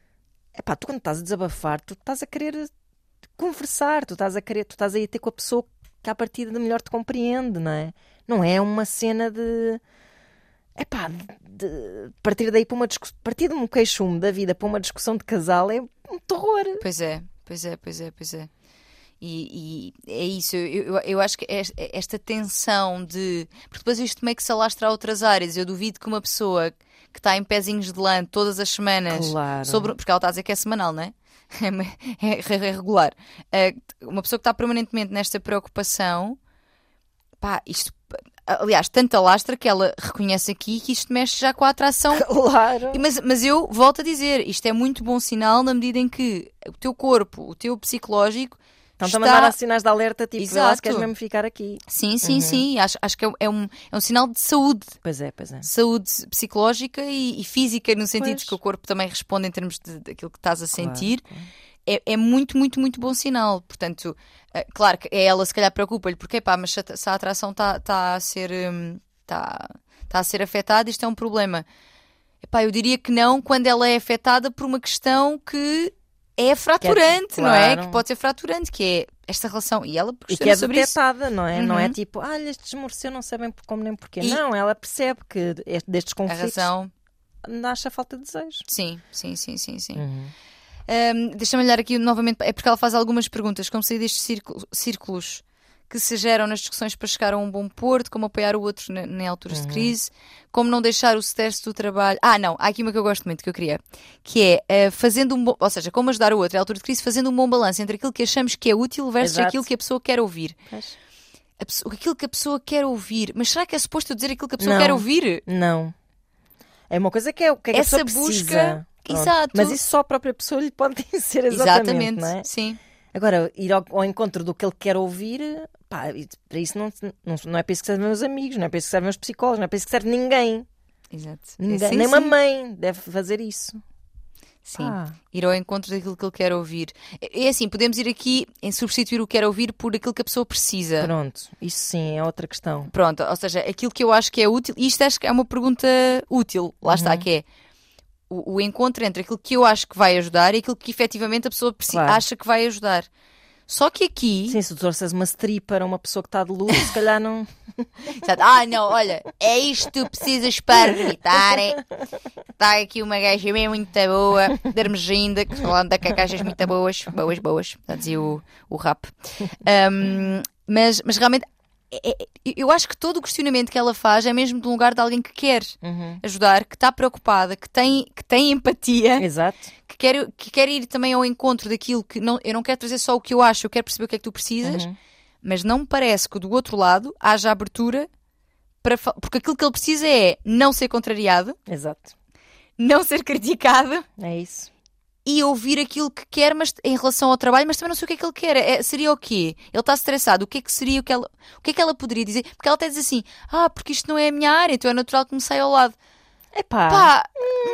Epá, tu quando estás a desabafar, tu estás a querer conversar, tu estás a querer, tu estás a ir ter com a pessoa que à partida de melhor te compreende, não é? Não é uma cena de. Epá, de, de partir daí para uma discussão, partir de um queixume da vida para uma discussão de casal é um terror. Pois é, pois é, pois é, pois é. E, e é isso, eu, eu, eu acho que es- esta tensão de. Porque depois isto meio que se alastra a outras áreas. Eu duvido que uma pessoa que está em pezinhos de lã todas as semanas, Claro. sobre, porque ela está a dizer que é semanal, não é? É, é regular. É, uma pessoa que está permanentemente nesta preocupação, pá, isto. Aliás, tanto alastra que ela reconhece aqui que isto mexe já com a atração. Claro. E Mas, mas eu volto a dizer, isto é muito bom sinal na medida em que o teu corpo, o teu psicológico Estão-te a está... mandar sinais de alerta, tipo, vê lá se Exato. queres mesmo ficar aqui. Sim, sim, sim. Acho, acho que é, é um, é um sinal de saúde. Pois é, pois é. Saúde psicológica e, e física, no sentido Pois. que o corpo também responde em termos de, daquilo que estás a Claro, sentir. claro. É, é muito, muito, muito bom sinal. Portanto, é, claro que é ela se calhar preocupa-lhe, porque pá, mas se a, se a atração está tá a ser. hum, Está tá a ser afetada, isto é um problema. Epá, eu diria que não quando ela é afetada por uma questão que é fraturante, que é, não é? claro. Que pode ser fraturante, que é esta relação. E ela E que é sobre isso. detectada, não é? Uhum. Não é tipo, ah, este esmoreceu, não sabem como nem porquê. E- Não, ela percebe que este- destes A conflitos razão. acha falta de desejo. Sim, sim, sim, sim, sim. Uhum. Um, deixa-me olhar aqui novamente, é porque ela faz algumas perguntas, como sair destes círculo- círculos que se geram nas discussões para chegar a um bom porto, como apoiar o outro na- em alturas Uhum. de crise, como não deixar o stress do trabalho. Ah, não, há aqui uma que eu gosto muito, que eu queria, que é eh, fazendo um bom, ou seja, como ajudar o outro em altura de crise, fazendo um bom balanço entre aquilo que achamos que é útil versus Exato. aquilo que a pessoa quer ouvir. Pois. A pessoa- aquilo que a pessoa quer ouvir. Mas será que é suposto eu dizer aquilo que a pessoa Não. quer ouvir? Não. É uma coisa que é o que, é que Essa a pessoa busca- precisa. Pronto. Exato. Mas isso só a própria pessoa lhe pode dizer exatamente, não é? Sim. Agora, ir ao, ao encontro do que ele quer ouvir, pá, e para isso não, não, não é para isso que servem os meus amigos, não é para isso que servem os psicólogos, não é para isso que serve ninguém. Exato. Ninguém Sim, nem sim. uma mãe deve fazer isso. Sim. Ah. Ir ao encontro daquilo que ele quer ouvir. É é assim, podemos ir aqui em substituir o que quer ouvir por aquilo que a pessoa precisa. Pronto, isso sim é outra questão. Pronto, ou seja, aquilo que eu acho que é útil, e isto acho que é uma pergunta útil, lá está, Uhum. que é o, o encontro entre aquilo que eu acho que vai ajudar e aquilo que efetivamente a pessoa preci- Claro. acha que vai ajudar. Só que aqui. Sim, se tu trouxeres uma stripper a uma pessoa que está de luz, se calhar não. Sabe, ah, não, olha, é isto que tu precisas para gritar. Está aqui uma gaja bem muito boa, dermeginda, que falando da gajas muito boas, boas, boas, está a dizer o, o rap. Um, mas, mas realmente, é- é- eu acho que todo o questionamento que ela faz é mesmo de um lugar de alguém que quer Uhum. ajudar, que está preocupada, que tem, que tem empatia, Exato. que quer, que quer ir também ao encontro daquilo que não, eu não quero trazer só o que eu acho, eu quero perceber o que é que tu precisas. Uhum. Mas não me parece que do outro lado haja abertura para fa- porque aquilo que ele precisa é não ser contrariado, Exato. não ser criticado É isso. e ouvir aquilo que quer, mas em relação ao trabalho, mas também não sei o que é que ele quer. É, seria o quê? Ele está estressado. O que é que seria o que ela, o que é que ela poderia dizer? Porque ela até diz assim: "Ah, porque isto não é a minha área, então é natural que me saia ao lado." Epá. Pá,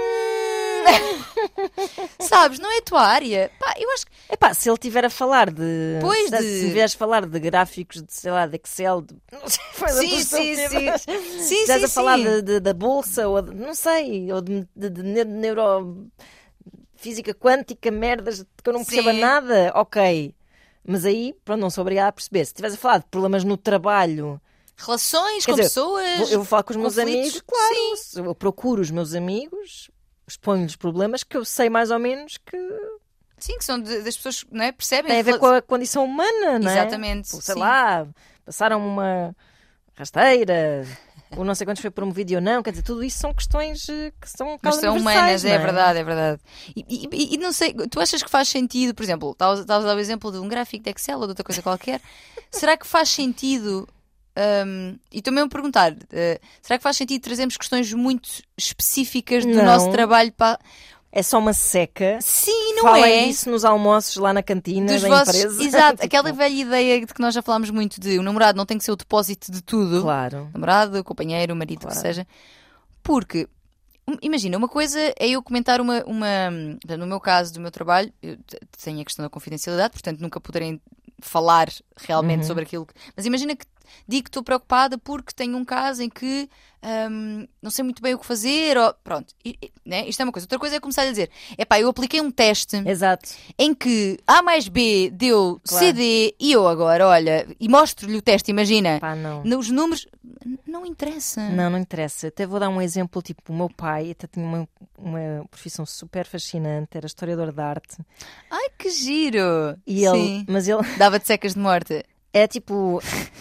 hum, sabes, não é a tua área. Pá, eu acho que Epá, se ele estiver a falar de. Pois, se, de- se estiveres a falar de gráficos de, sei lá, de Excel, de, não sei, coisa Sim, por sim, estúpidas. sim. Se Sim, estiveres sim, a falar sim. de, de- da bolsa, ou de, não sei, ou de, de, de ne- neuro. Física quântica, merdas que eu não percebo Sim. nada, ok. Mas aí, pronto, não sou obrigada a perceber. Se estiveres a falar de problemas no trabalho. relações Quer com dizer, pessoas. Vou- Eu vou falar com os meus conflitos, amigos, claro. Eu procuro os meus amigos, exponho-lhes problemas que eu sei mais ou menos que Sim, que são de- das pessoas, não é? Percebem? têm a ver com a condição humana, não é? Exatamente, Sei sim. lá, passaram uma rasteira, ou não sei quantos foi promovido ou não. Quer dizer, tudo isso são questões eh, que são Mas causas são universais, humanas, não é verdade, é verdade. E, e- e- e não sei, tu achas que faz sentido, por exemplo, estavas estavas a dar o exemplo de um gráfico de Excel ou de outra coisa qualquer, será que faz sentido, hum, e estou mesmo a perguntar, eh, será que faz sentido trazermos questões muito específicas do Não. nosso trabalho para... É só uma seca. Sim, não Falem é? disso nos almoços lá na cantina Dos da vossos... empresa. Exato, Tipo, aquela velha ideia de que nós já falámos muito de o namorado não tem que ser o depósito de tudo. Claro. Namorado, companheiro, marido, o que Claro. seja. Porque, um, imagina, uma coisa é eu comentar uma, uma. portanto, No meu caso, do meu trabalho, eu t- tenho a questão da confidencialidade, portanto nunca poderem falar realmente Uhum. sobre aquilo. Que... Mas imagina que digo que estou preocupada porque tenho um caso em que hum, não sei muito bem o que fazer. Ou... Pronto, e- e- né? Isto é uma coisa. Outra coisa é começar a dizer: epá, eu apliquei um teste Exato. em que A mais B deu Claro. C D e eu agora, olha, e mostro-lhe o teste, imagina. Pá, não. Os números, n- não interessa. Não, não interessa. Até vou dar um exemplo, tipo, o meu pai até tinha uma, uma profissão super fascinante, era historiador de arte. Ai, que giro! E ele, Sim. mas ele Dava-te secas de morte. é tipo.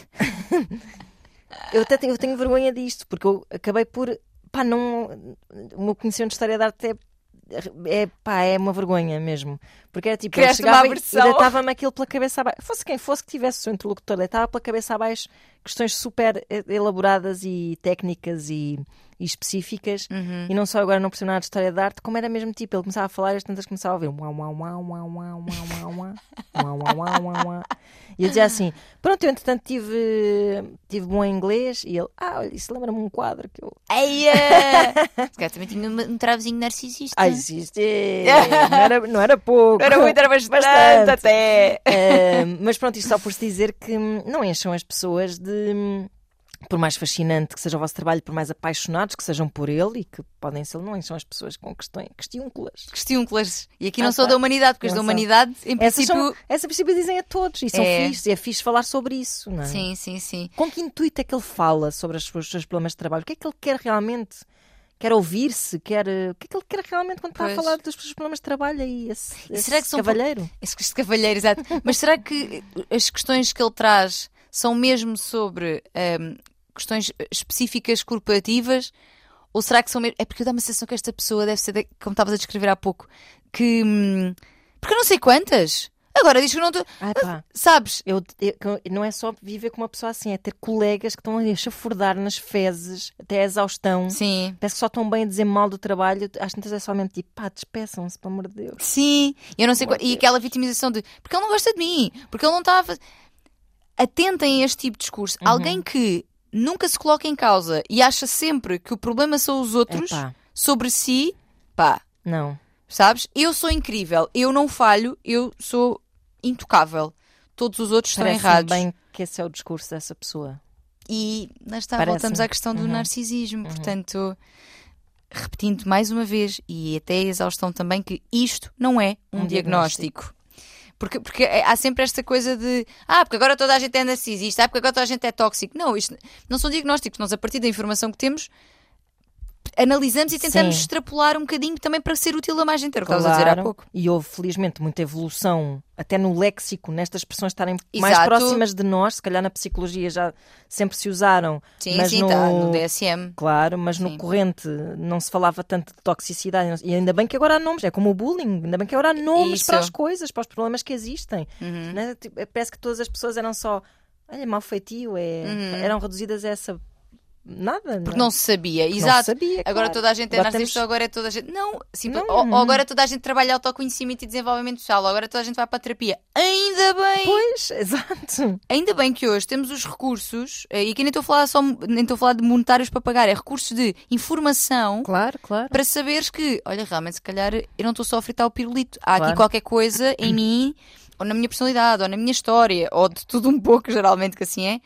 eu até tenho, eu tenho vergonha disto, porque eu acabei por. Pá, não. O meu conhecimento de história de arte é. É, pá, é uma vergonha mesmo. Porque era tipo, ele Criaste uma chegava e- e aversão. deitava-me aquilo pela cabeça abaixo. Fosse quem fosse que tivesse o seu interlocutor, deitava pela cabeça abaixo questões super eh, elaboradas e técnicas e, e específicas. Uhum. E não só agora não percebo nada de história de arte, como era mesmo tipo, ele começava a falar e as tantas começava a ouvir uau, uau, uau, uau, uau, uau, uau, uau, uau, uau, uau, uau, uau. E eu dizia assim, pronto, eu entretanto tive, tive bom inglês. E ele, ah, olha, isso lembra-me um quadro que eu... Eia! Se calhar também tinha um, um travozinho narcisista. Ah, existe, não era, não era pouco. Era muito, era bastante, Bastante. até. Eh, mas pronto, isto só por se dizer que hum, não encham as pessoas de, hum, por mais fascinante que seja o vosso trabalho, por mais apaixonados que sejam por ele, e que podem ser, não são as pessoas com questões questiúnculas. Questiúnculas. E aqui não Ah, sou pá. da humanidade, porque as Não da são. humanidade, em Essas, princípio... são, essas princípio dizem a todos, e são É. fixe, é fixe falar sobre isso, não é? Sim, sim, sim. Com que intuito é que ele fala sobre os seus, os seus problemas de trabalho? O que é que ele quer realmente? Quer ouvir-se? Quer, o que é que ele quer realmente quando está Pois. a falar dos seus problemas de trabalho aí? Esse, E esse será que são cavalheiro? Esse, este cavalheiro, exato. Mas será que as questões que ele traz são mesmo sobre hum, questões específicas corporativas? Ou será que são mesmo... É porque eu dá uma sensação que esta pessoa deve ser, de... como estavas a descrever há pouco, que... Hum... Porque eu não sei quantas. Agora diz que eu não estou... Ai, pá. Sabes? Eu, eu- não é só viver com uma pessoa assim, é ter colegas que estão a chafurdar nas fezes até a exaustão. Sim. Parece que só estão bem a dizer mal do trabalho. Às tantas é somente tipo, pá, despeçam-se, pelo amor de Deus. Sim. Eu não sei Meu qual... E Deus. aquela vitimização de... Porque ele não gosta de mim. Porque ele não está a fazer... Atentem a este tipo de discurso. Uhum. Alguém que nunca se coloca em causa e acha sempre que o problema são os outros Epá. sobre si, pá, Não. sabes? Eu sou incrível, eu não falho, eu sou intocável. Todos os outros estão Parece errados. bem que esse é o discurso dessa pessoa. E lá está, Parece-me. voltamos à questão do Uhum. narcisismo. Portanto, repetindo mais uma vez, e até a exaustão também, que isto não é um, Um diagnóstico. Porque, porque há sempre esta coisa de ah, porque agora toda a gente é narcisista, ah, porque agora toda a gente é tóxico. Não, isto não são diagnósticos. Nós, a partir da informação que temos, analisamos e tentamos Sim. extrapolar um bocadinho também para ser útil a mais gente. Era o que estavas a dizer há pouco. E houve, felizmente, muita evolução, até no léxico, nestas expressões estarem mais Exato. próximas de nós. Se calhar na psicologia já sempre se usaram. Sim, mas sim, no... está no D S M. Claro, mas Sim. no corrente não se falava tanto de toxicidade. E ainda bem que agora há nomes. É como o bullying. Ainda bem que agora há nomes Isso. para as coisas, para os problemas que existem. Uhum. Né? Tipo, parece que todas as pessoas eram só... Olha, mal feitio. É... Uhum. Eram reduzidas a essa... Nada. Porque não se sabia, Não exato. se sabia, Agora claro. toda a gente é Agora narcisista, temos- agora é toda a gente. Não, simples- Não, ou, não. ou agora toda a gente trabalha autoconhecimento e desenvolvimento social, ou agora toda a gente vai para a terapia. Ainda bem! Pois, exato. Ainda bem que hoje temos os recursos, eh, e aqui nem estou a falar só nem estou a falar de monetários para pagar, é recursos de informação Claro, claro. para saberes que, olha, realmente, se calhar eu não estou só a fritar o pirulito. Há Claro. aqui qualquer coisa em mim, ou na minha personalidade, ou na minha história, ou de tudo um pouco, geralmente, que assim é,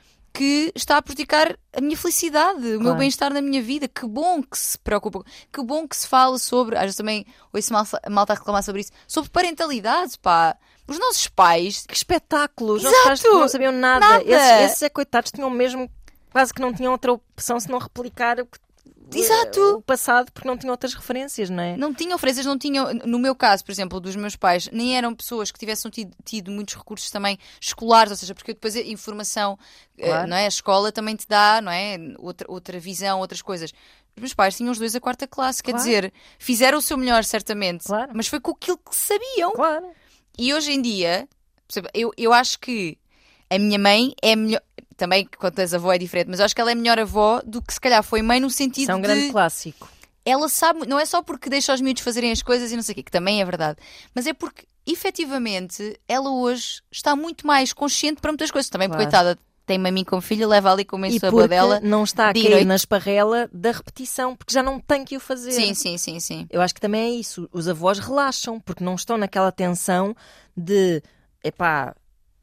que está a prejudicar a minha felicidade, o meu Claro. bem-estar na minha vida. Que bom que se preocupa, que bom que se fala sobre, às vezes também ouço mal, malta a reclamar sobre isso, sobre parentalidade, pá. Os nossos pais, Que espetáculo! Os Exato! nossos pais não sabiam nada. Nada! Esses, esses é coitados tinham mesmo, quase que não tinham outra opção senão replicar o, que- Exato! o passado, porque não tinham outras referências, não é? não tinham ofensas, não tinham, no meu caso, por exemplo, dos meus pais, nem eram pessoas que tivessem tido, tido muitos recursos também escolares, ou seja, porque depois a informação, eh, Claro. não é? A escola também te dá, não é? Outra, outra visão, outras coisas. Os meus pais tinham os dois a quarta classe, quer Claro. dizer, fizeram o seu melhor, certamente, Claro. mas foi com aquilo que sabiam. Claro. E hoje em dia, por exemplo, eu, eu acho que a minha mãe é melhor. Também, quando tens avó, é diferente, mas eu acho que ela é melhor avó do que se calhar foi mãe no sentido Isso é um de. grande clássico. Ela sabe, não é só porque deixa os miúdos fazerem as coisas e não sei o quê, que também é verdade, mas é porque, efetivamente, ela hoje está muito mais consciente para muitas coisas. Também, Claro. coitada, tem-me a mim como filha, leva ali com a E sua porque dela. não está a dia e cair noite. na esparrela da repetição, porque já não tem que o fazer. Sim, sim, sim, sim. Eu acho que também é isso. Os avós relaxam, porque não estão naquela tensão de, epá,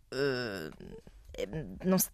eh, não, se-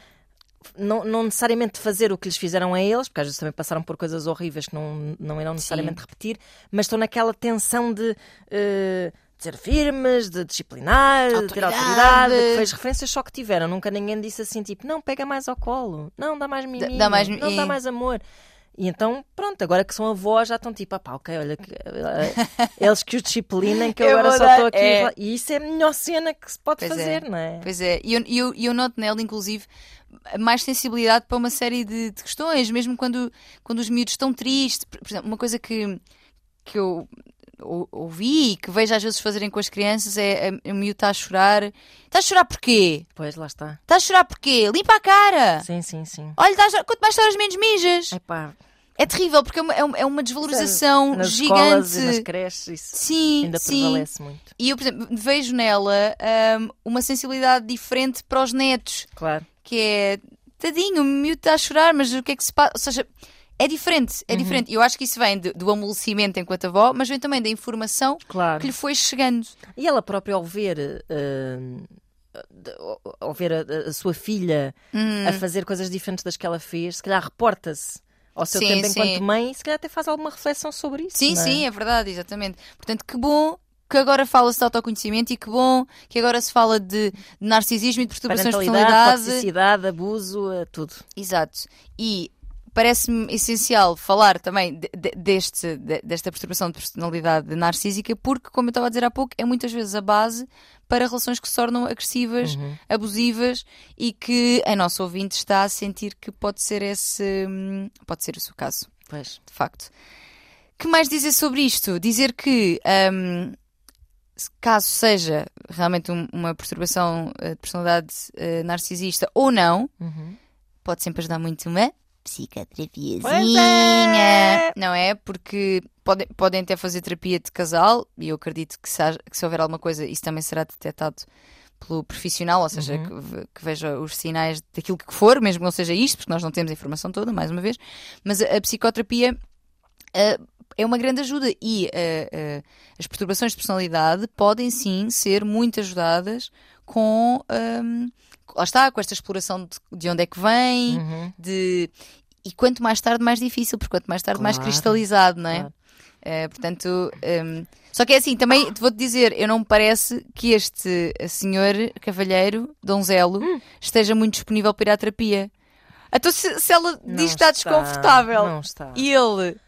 não, não necessariamente fazer o que lhes fizeram a eles, porque às vezes também passaram por coisas horríveis que não, não irão necessariamente repetir, mas estão naquela tensão de, eh, de ser firmes, de disciplinar, de ter Autoridade. autoridade, que foi as referências só que tiveram. Nunca ninguém disse assim, tipo, não, pega mais ao colo, não, dá mais miminho, dá mais- não e- dá mais amor. E então, pronto, agora que são avós já estão tipo, ah pá, ok, olha, que- eh, eles que os disciplinem, que eu, Eu agora vou só dar- estou aqui. é. E isso é a melhor cena que se pode Pois fazer, é. não é? Pois é, e eu, e eu, e eu noto nela, inclusive, mais sensibilidade para uma série de, de questões, mesmo quando, quando os miúdos estão tristes. Por por exemplo, uma coisa que, que eu ou- ouvi e que vejo às vezes fazerem com as crianças é a- o miúdo está a chorar. Está a chorar porquê? Pois, lá está. Está a chorar porquê? Limpa a cara! Sim, sim, sim. Olha, estás a- quanto mais choras, menos mijas. Epá, É terrível, porque é uma, é uma- é uma desvalorização nas gigante. escolas e nas creches isso Sim, ainda sim. prevalece muito. E eu, por exemplo, vejo nela hum, uma sensibilidade diferente para os netos. Claro. Que é, tadinho, o miúdo está a chorar, mas o que é que se passa? Ou seja, é diferente, é Uhum. diferente. E eu acho que isso vem de- do amolecimento enquanto avó, mas vem também da informação Claro. que lhe foi chegando. E ela própria, ao ver, eh, de, ao ver a, a sua filha hum. a fazer coisas diferentes das que ela fez, se calhar reporta-se ao seu Sim, tempo sim. enquanto mãe, se calhar até faz alguma reflexão sobre isso. Sim, não é? sim, é verdade, exatamente. Portanto, que bom que agora fala-se de autoconhecimento e que bom que agora se fala de narcisismo e de perturbações de personalidade. Toxicidade, abuso, tudo. Exato. E parece-me essencial falar também de, de, deste, de, desta perturbação de personalidade narcísica, porque, como eu estava a dizer há pouco, é muitas vezes a base para relações que se tornam agressivas, uhum. abusivas, e que a nossa ouvinte está a sentir que pode ser esse, pode ser esse o caso. Pois. De facto. Que mais dizer sobre isto? Dizer que, um, caso seja realmente um, uma perturbação de personalidade uh, narcisista ou não, uhum. pode sempre ajudar muito uma psicoterapiazinha, é. não é? Porque podem, podem até fazer terapia de casal, e eu acredito que se, haja, que se houver alguma coisa, isso também será detectado pelo profissional, ou seja, uhum. que, que veja os sinais daquilo que for, mesmo que não seja isto, porque nós não temos a informação toda, mais uma vez, mas a, a psicoterapia uh, é uma grande ajuda, e uh, uh, as perturbações de personalidade podem sim ser muito ajudadas com... Um, lá está, com esta exploração de, de onde é que vem, uhum. de... e quanto mais tarde mais difícil, porque quanto mais tarde claro, mais cristalizado, não é? Claro. Uh, portanto, um... só que é assim, também te vou-te dizer, eu não me parece que este senhor cavalheiro, donzelo, hum. esteja muito disponível para ir à terapia. Então se, se ela não diz que está desconfortável não está. E ele...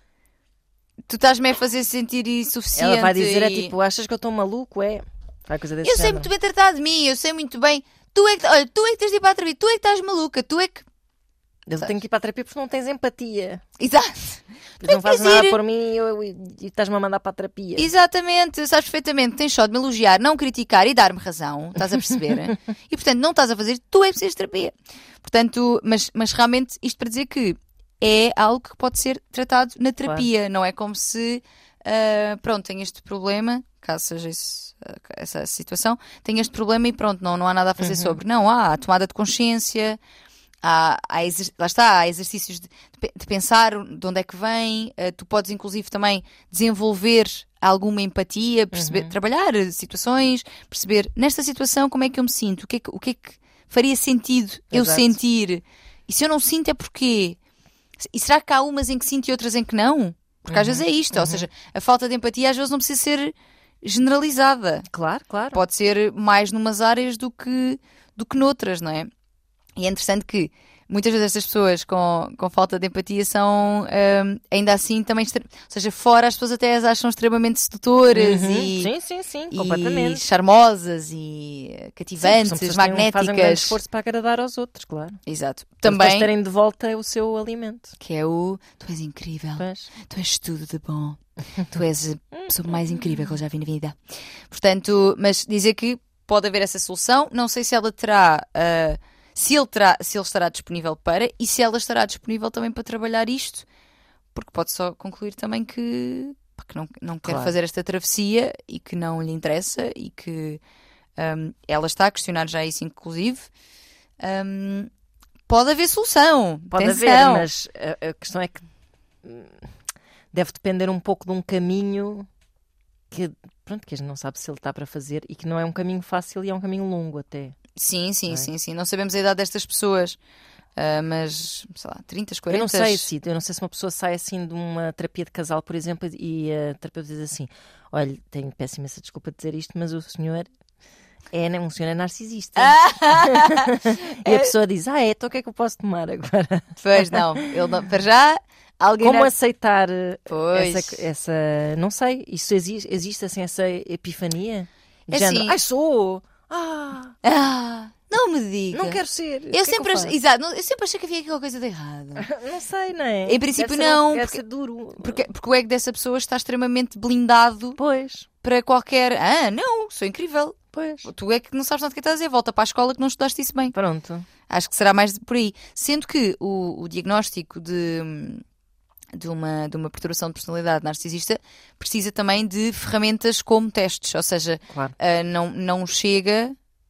Tu estás-me a fazer sentir insuficiente. Ela vai dizer, e... é tipo, achas que eu estou maluco? É. Vai coisa desse eu sei género. muito bem tratar de mim, eu sei muito bem. Tu é que, olha, tu é que tens de ir para a terapia, tu é que estás maluca, tu é que... Eu tenho que ir para a terapia porque não tens empatia. Exato. Tu não fazes nada ir... por mim e, eu, e, e estás-me a mandar para a terapia. Exatamente, sabes perfeitamente. Tens só de me elogiar, não criticar e dar-me razão. Estás a perceber? E portanto não estás a fazer, tu é que precisas de terapia. Portanto, mas, mas realmente isto para dizer que é algo que pode ser tratado na terapia. Claro. Não é como se, uh, pronto, tem este problema, caso seja isso, uh, essa situação, tem este problema e pronto, não, não há nada a fazer uhum. sobre. Não, há a tomada de consciência, há, há exer- lá está, há exercícios de, de pensar de onde é que vem, uh, tu podes inclusive também desenvolver alguma empatia, perceber, uhum. trabalhar situações, perceber nesta situação como é que eu me sinto, o que é que, o que, é que faria sentido Exato. eu sentir, e se eu não sinto é porquê? E será que há umas em que sinto e outras em que não? Porque uhum, às vezes é isto, uhum. ou seja, a falta de empatia às vezes não precisa ser generalizada. Claro, claro. Pode ser mais numas áreas do que, do que noutras, não é? E é interessante que muitas vezes estas pessoas com, com falta de empatia são, um, ainda assim, também... Ou seja, fora as pessoas até as acham extremamente sedutoras uhum. e... Sim, sim, sim, e completamente. charmosas e cativantes, sim, magnéticas. Fazem um grande esforço para agradar aos outros, claro. Exato. Para também depois terem de volta o seu alimento. Que é o... Tu és incrível. Pois. Tu és tudo de bom. Tu és a pessoa mais incrível que eu já vi na vida. Portanto, mas dizer que pode haver essa solução. Não sei se ela terá... Uh, Se ele, terá, se ele estará disponível para, e se ela estará disponível também para trabalhar isto, porque pode só concluir também que, que não, não quer claro. fazer fazer esta travessia e que não lhe interessa e que um, ela está a questionar já isso inclusive. Um, pode haver solução. Pode Atenção. haver, mas a, a questão é que deve depender um pouco de um caminho que, pronto, que a gente não sabe se ele está para fazer e que não é um caminho fácil e é um caminho longo até. Sim, sim, é? sim, sim. Não sabemos a idade destas pessoas, uh, mas, sei lá, trinta, quarenta. Eu não sei se, eu não sei se uma pessoa sai assim de uma terapia de casal, por exemplo, e a terapeuta diz assim: olha, tenho péssima essa desculpa de dizer isto, mas o senhor é, um senhor é narcisista. E a pessoa diz: ah, é, então o que é que eu posso tomar agora? Pois não, ele não, para já. Alguém Como não... aceitar essa, essa. Não sei, isso existe, existe assim essa epifania? De é género, assim... ai, sou! Ah, ah, não me diga. Não quero ser. Eu que sempre, é que ach... Exato, eu sempre achei que havia aquela coisa de errado. Não sei, não é? Em princípio deve não. Ser, porque... Deve ser duro. Porque, porque o ego dessa pessoa está extremamente blindado. Pois. Para qualquer. Ah, não, sou incrível. Pois. Tu é que não sabes nada do que estás a dizer. Volta para a escola que não estudaste isso bem. Pronto. Acho que será mais por aí. Sendo que o, o diagnóstico de. De uma, de uma perturbação de personalidade narcisista precisa também de ferramentas como testes, ou seja, claro. uh, não, não chega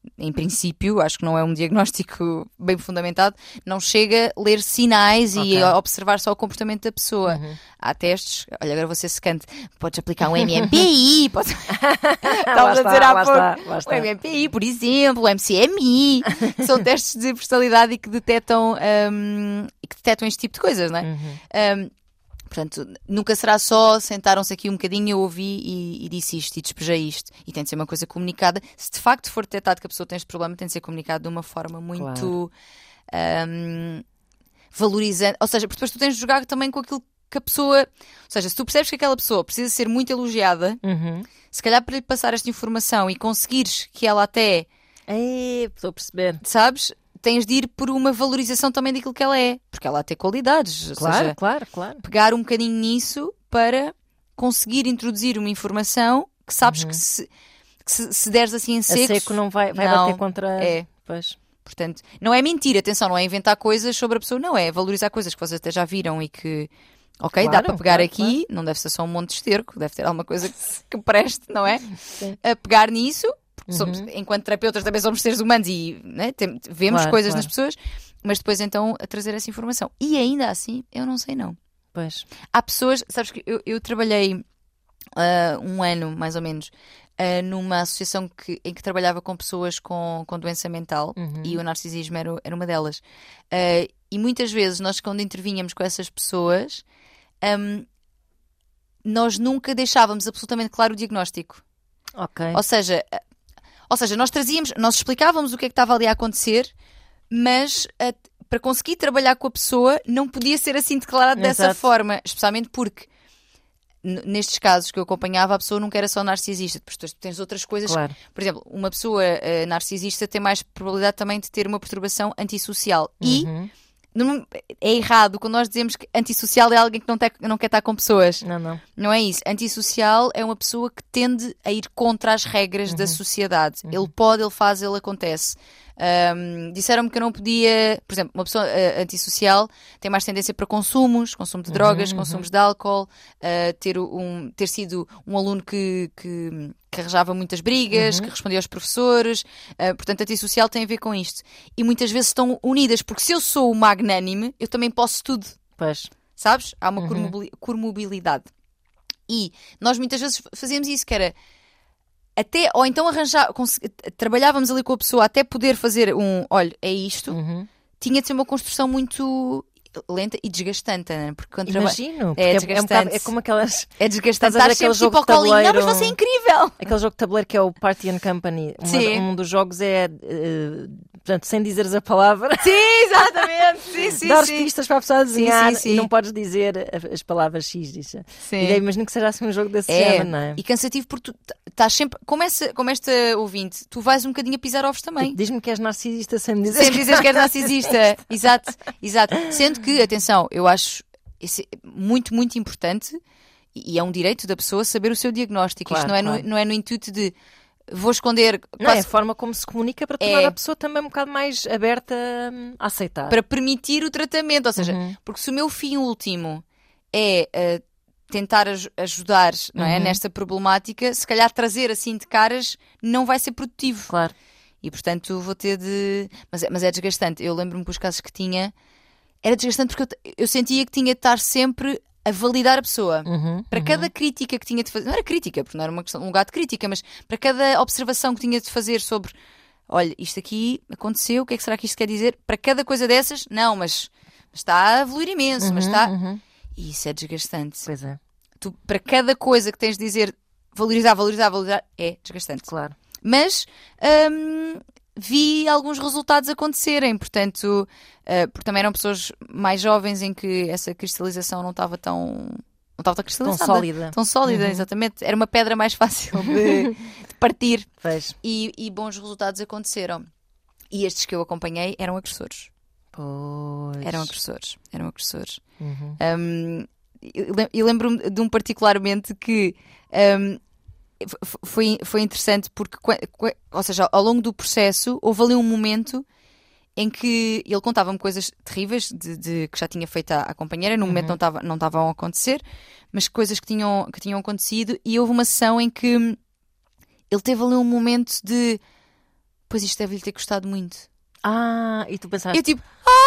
em princípio, acho que não é um diagnóstico bem fundamentado, não chega a ler sinais okay. e a observar só o comportamento da pessoa. Uhum. Há testes, olha, agora vou ser secante, podes aplicar um M M P I, podes... Estavas a dizer há pouco, o M M P I, por exemplo, o M C M I, que são testes de personalidade e que detectam, um, e que detectam este tipo de coisas, não é? Uhum. Um, Portanto, nunca será só sentaram-se aqui um bocadinho, eu ouvi e, e disse isto e despejei isto. E tem de ser uma coisa comunicada. Se de facto for detectado que a pessoa tem este problema, tem de ser comunicado de uma forma muito claro. um, valorizante. Ou seja, porque depois tu tens de jogar também com aquilo que a pessoa... Ou seja, se tu percebes que aquela pessoa precisa ser muito elogiada, uhum. se calhar para lhe passar esta informação e conseguires que ela até... Ei, estou a perceber. Sabes... Tens de ir por uma valorização também daquilo que ela é, porque ela tem qualidades. Claro, ou seja, claro, claro. Pegar um bocadinho nisso para conseguir introduzir uma informação que sabes uhum. que, se, que se, se deres assim em seco... A seco não vai, vai não, bater contra... É. Pois. Portanto, não é mentir, atenção, não é inventar coisas sobre a pessoa, não, é valorizar coisas que vocês até já viram e que... Ok, claro, dá para pegar claro, aqui, claro. Não deve ser só um monte de esterco, deve ter alguma coisa que, que preste, não é? Sim. A pegar nisso... Somos, uhum. enquanto terapeutas também somos seres humanos e né, tem, vemos claro, coisas claro. Nas pessoas, mas depois então a trazer essa informação. E ainda assim, eu não sei não. Pois. Há pessoas, sabes que eu, eu trabalhei uh, um ano, mais ou menos, uh, numa associação que, em que trabalhava com pessoas com, com doença mental uhum. e o narcisismo era, era uma delas. Uh, e muitas vezes nós quando intervínhamos com essas pessoas, um, nós nunca deixávamos absolutamente claro o diagnóstico. Ok. Ou seja... Ou seja, nós trazíamos, nós explicávamos o que é que estava ali a acontecer, mas a, para conseguir trabalhar com a pessoa não podia ser assim declarado Exato. Dessa forma, especialmente porque n- nestes casos que eu acompanhava a pessoa nunca era só narcisista, depois tu tens outras coisas, claro. que, por exemplo, uma pessoa uh, narcisista tem mais probabilidade também de ter uma perturbação antissocial uhum. e não, é errado quando nós dizemos que antissocial é alguém que não, te, não quer estar com pessoas. Não, não. Não é isso. Antissocial é uma pessoa que tende a ir contra as regras uhum. da sociedade. Uhum. Ele pode, ele faz, ele acontece. Um, disseram-me que eu não podia... Por exemplo, uma pessoa uh, antissocial tem mais tendência para consumos, consumo de drogas, uhum, consumos uhum. de álcool, uh, ter, um, ter sido um aluno que... que que arranjava muitas brigas, uhum. que respondia aos professores, uh, portanto, antissocial tem a ver com isto. E muitas vezes estão unidas, porque se eu sou o magnânime, eu também posso tudo. Pois. Sabes? Há uma uhum. comobilidade. E nós muitas vezes fazíamos isso, que era até, ou então arranjar, trabalhávamos ali com a pessoa até poder fazer um, olha, é isto, uhum. tinha de ser uma construção muito... lenta e desgastante, né? Porque quando imagino, traba... é, é, é, um bocado, é como aquelas é desgastante, estás sempre tipo ao colinho, não, mas você é incrível, aquele jogo de tabuleiro que é o Party and Company. Uma, um dos jogos é uh, portanto, sem dizeres a palavra sim, exatamente sim, sim, dar sim. pistas para a pessoa desenhar, sim, sim, sim. E não podes dizer as palavras X disso. Sim. E daí imagino que seja assim um jogo desse é, género, não é? E cansativo porque tu estás sempre como, essa, como esta ouvinte, tu vais um bocadinho a pisar ovos também. Diz-me que és narcisista sem me dizer sem dizeres que és narcisista. Exato, exato. Sendo que, atenção, eu acho muito, muito importante e é um direito da pessoa saber o seu diagnóstico. Claro, Isto não é, claro. no, não é no intuito de vou esconder... Não, quase... é a forma como se comunica para tornar é... a pessoa também um bocado mais aberta a aceitar. Para permitir o tratamento. Ou seja, uhum. porque se o meu fim último é uh, tentar aj- ajudar não é, uhum. nesta problemática, se calhar trazer assim de caras não vai ser produtivo. Claro. E portanto vou ter de... Mas é, mas é desgastante. Eu lembro-me que os casos que tinha... Era desgastante porque eu, eu sentia que tinha de estar sempre a validar a pessoa. Uhum, para uhum. cada crítica que tinha de fazer, não era crítica, porque não era uma questão, um lugar de crítica, mas para cada observação que tinha de fazer sobre, olha, isto aqui aconteceu, o que é que será que isto quer dizer? Para cada coisa dessas, não, mas, mas está a evoluir imenso, uhum, mas está... Uhum. E isso é desgastante. Pois é. Tu, para cada coisa que tens de dizer, valorizar, valorizar, valorizar, é desgastante. Claro. Mas... Hum, vi alguns resultados acontecerem, portanto, uh, porque também eram pessoas mais jovens em que essa cristalização não estava tão, não estava tão cristalizada. Tão sólida. Tão sólida, uhum. exatamente. Era uma pedra mais fácil de, de partir. Fez. E, e bons resultados aconteceram. E estes que eu acompanhei eram agressores. Pois. Eram agressores. Eram agressores. Uhum. Um, eu lembro-me de um particularmente que... Um, Foi, foi interessante porque, ou seja, ao longo do processo houve ali um momento em que ele contava-me coisas terríveis de, de, que já tinha feito à, à companheira, no uhum. momento não, tava, não estavam a acontecer, mas coisas que tinham, que tinham acontecido, e houve uma sessão em que ele teve ali um momento de pois isto deve-lhe ter custado muito. Ah, e tu pensaste... Eu tipo,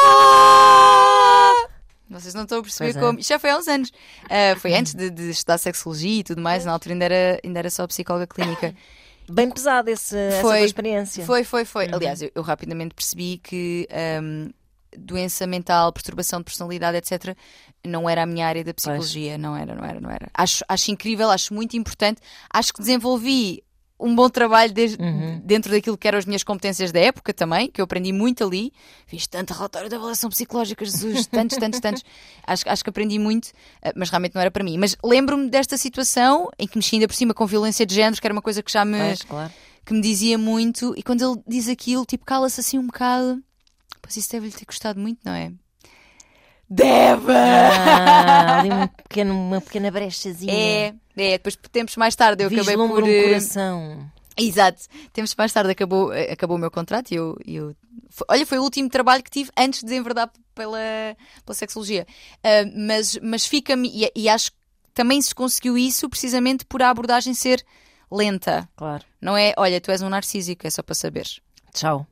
ah! Vocês não estão a perceber Pois é. como. Isto já foi há uns anos. Uh, foi antes de, de estudar sexologia e tudo mais. Na altura ainda era, ainda era só psicóloga clínica. Bem pesada esse, essa Foi, tua experiência. Foi, foi, foi. Uhum. Aliás, eu, eu rapidamente percebi que um, doença mental, perturbação de personalidade, etcétera, não era a minha área da psicologia. Não era, não era, não era. Acho, acho incrível, acho muito importante. Acho que desenvolvi um bom trabalho desde, Uhum. dentro daquilo que eram as minhas competências da época também, que eu aprendi muito ali. Fiz tanto relatório de avaliação psicológica, Jesus, tantos, tantos, tantos. Acho, acho que aprendi muito, mas realmente não era para mim. Mas lembro-me desta situação em que mexi ainda por cima com violência de género, que era uma coisa que já me, Pois, claro. que me dizia muito. E quando ele diz aquilo, tipo, cala-se assim um bocado. Pois isso deve-lhe ter custado muito, não é? Deve! Ah, ali um pequeno, uma pequena brechazinha. É, é. Depois, tempos mais tarde, eu acabei Vislumbra por... um eh, coração. Exato. Tempos mais tarde acabou, acabou o meu contrato e eu... e eu foi- olha, foi o último trabalho que tive antes de desenverdar pela, pela sexologia. Ah, mas, mas fica-me... E, e acho que também se conseguiu isso precisamente por a abordagem ser lenta. Claro. Não é, olha, tu és um narcísico, é só para saberes. Tchau.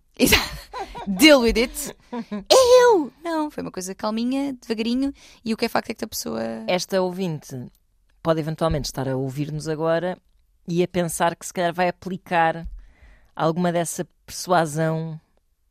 Deal with it. É eu! Não, foi uma coisa calminha, devagarinho. E o que é facto é que a pessoa... Esta ouvinte pode eventualmente estar a ouvir-nos agora e a pensar que se calhar vai aplicar alguma dessa persuasão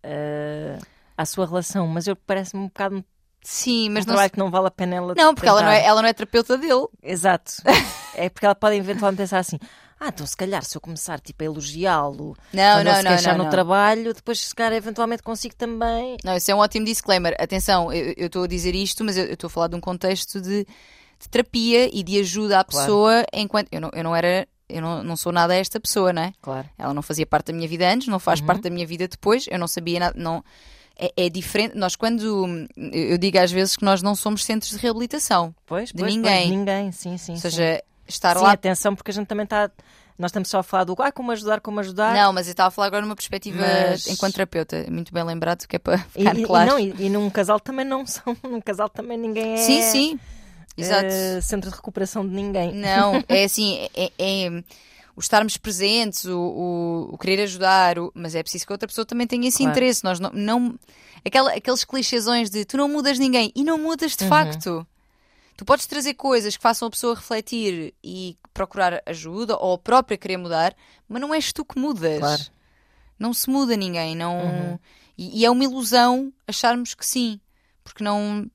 uh, à sua relação, mas eu parece-me um bocado Sim, mas um não... trabalho se- que não vale a pena ela Não, porque ela não, é, tentar. ela não é terapeuta dele. Exato. É porque ela pode eventualmente pensar assim: ah, então se calhar se eu começar tipo, a elogiá-lo Não, quando ele não, se não, queixar não, no não. trabalho, depois se calhar eventualmente consigo também. Não, isso é um ótimo disclaimer. Atenção, eu eu estou a dizer isto, mas eu eu estou a falar de um contexto de, de terapia e de ajuda à Claro. pessoa enquanto... Eu não, eu não era... Eu não, não sou nada a esta pessoa, não é? Claro. Ela não fazia parte da minha vida antes, não faz parte da minha vida depois. Eu não sabia nada... Não, é, é diferente. Nós quando... Eu eu digo às vezes que nós não somos centros de reabilitação. Pois, De pois, ninguém. pois, de ninguém, sim, sim. Ou sim. seja, estar Sim, lá... atenção, porque a gente também está. Nós estamos só a falar do ah, como ajudar, como ajudar. Não, mas eu estava a falar agora numa perspectiva Mas- enquanto terapeuta. Muito bem lembrado, que é para E, ficar e- claro. e não, e, e num casal também não são. Num casal também ninguém é. Sim, sim. Exato. eh, centro de recuperação de ninguém. Não, é assim, é, é o estarmos presentes, o, o, o querer ajudar, o- mas é preciso que a outra pessoa também tenha esse Claro. interesse. Nós não, não aquela, aqueles clichêsões de tu não mudas ninguém e não mudas de Uhum. facto. Tu podes trazer coisas que façam a pessoa refletir e procurar ajuda ou a própria querer mudar, mas não és tu que mudas. Claro. Não se muda ninguém, não. Uhum. E, e é uma ilusão acharmos que sim, porque não.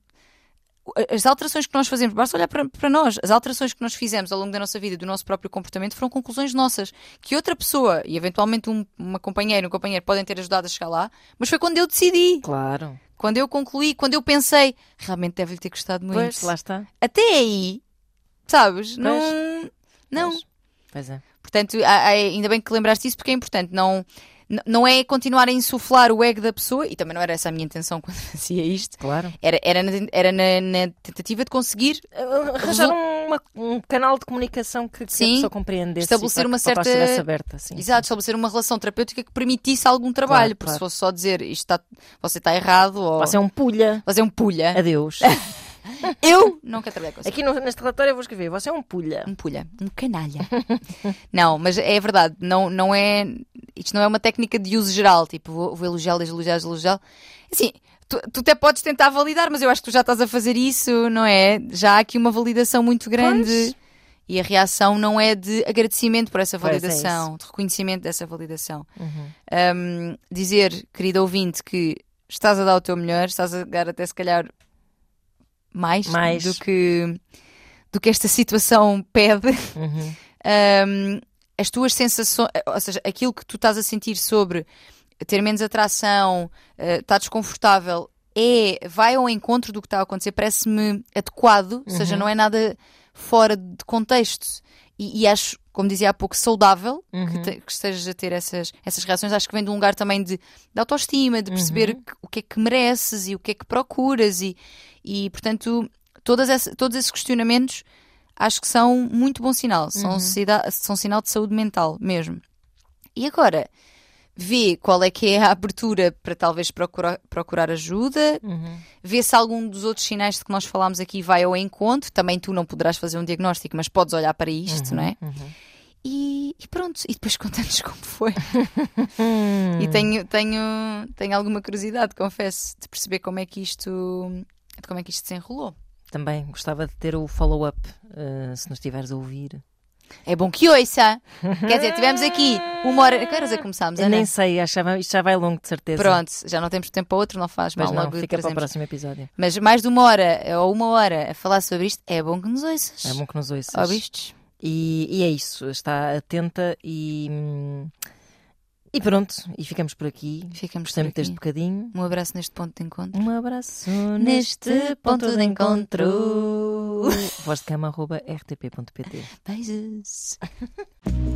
As alterações que nós fazemos, basta olhar para, para nós, as alterações que nós fizemos ao longo da nossa vida, do nosso próprio comportamento, foram conclusões nossas. Que outra pessoa, e eventualmente um, uma companheira, um companheiro, podem ter ajudado a chegar lá, mas foi quando eu decidi, Claro. quando eu concluí, quando eu pensei, realmente deve-lhe ter gostado muito. Pois, lá está. Até aí, sabes? Não. Não. Pois, pois é. Portanto, há- há- ainda bem que lembraste isso, porque é importante. Não, n- não é continuar a insuflar o ego da pessoa, e também não era essa a minha intenção quando fazia isto. Claro. Era, era, na, era na, na tentativa de conseguir Arranjar uma- um canal de comunicação que, que a Sim. pessoa compreendesse. Estabelecer e para uma que a porta certa- estivesse aberta. Sim, Exato, estabelecer uma relação terapêutica que permitisse algum trabalho, Claro, porque se claro. fosse só dizer isto está, você está errado ou Você é um pulha. você é um pulha, Adeus. eu não quero trabalhar com você. Aqui no- neste relatório eu vou escrever: você é um pulha. Um pulha, um canalha. Não, mas é verdade, não, não é, isto não é uma técnica de uso geral, tipo, vou, vou elogiá-lo, elogiá-lo, elogiá-lo. Assim, tu, tu até podes tentar validar, mas eu acho que tu já estás a fazer isso, não é? Já há aqui uma validação muito grande. Pois. E a reação não é de agradecimento por essa Pois, é validação, de reconhecimento dessa validação. Uhum. Um, dizer, querido ouvinte, que estás a dar o teu melhor, estás a dar até se calhar mais, Mais. Do, que, do que esta situação pede. Uhum. Um, as tuas sensações, ou seja, aquilo que tu estás a sentir sobre ter menos atração, uh, estar desconfortável, é, vai ao encontro do que está a acontecer, parece-me adequado, ou seja, Uhum. não é nada fora de contexto. E, e acho, como dizia há pouco, saudável Uhum. que, te, que estejas a ter essas, essas reações. Acho que vem de um lugar também de, de autoestima, de perceber Uhum. que- o que é que mereces e o que é que procuras. E, e portanto, todas essa, todos esses questionamentos acho que são muito bom sinal. São, Uhum. sida- são sinal de saúde mental mesmo. E agora, vê qual é que é a abertura para talvez procurar, procurar ajuda, Uhum. vê se algum dos outros sinais de que nós falámos aqui vai ao encontro. Também tu não poderás fazer um diagnóstico, mas podes olhar para isto, Uhum. não é? Uhum. E, e pronto, e depois conta-nos como foi. E tenho, tenho, tenho alguma curiosidade, confesso, de perceber como é que isto, de como é que isto se enrolou. Também gostava de ter o follow-up, uh, se nos estiveres a ouvir. É bom que ouça. Quer dizer, tivemos aqui uma hora. Que horas é que começámos, Ana? Nem sei, achava, isto já vai longo, de certeza. Pronto, já não temos tempo para outro, não faz mal. Mas não, logo fica trazemos. para o próximo episódio. Mas mais de uma hora ou uma hora a falar sobre isto, é bom que nos ouças. É bom que nos ouças. Ouviste? E, e é isso, está atenta e, e pronto, e ficamos por aqui. Ficamos Gostei por muito deste aqui. bocadinho. Um abraço neste ponto de encontro. Um abraço Neste ponto de encontro. voz de cama arroba r t p ponto p t. Beijos.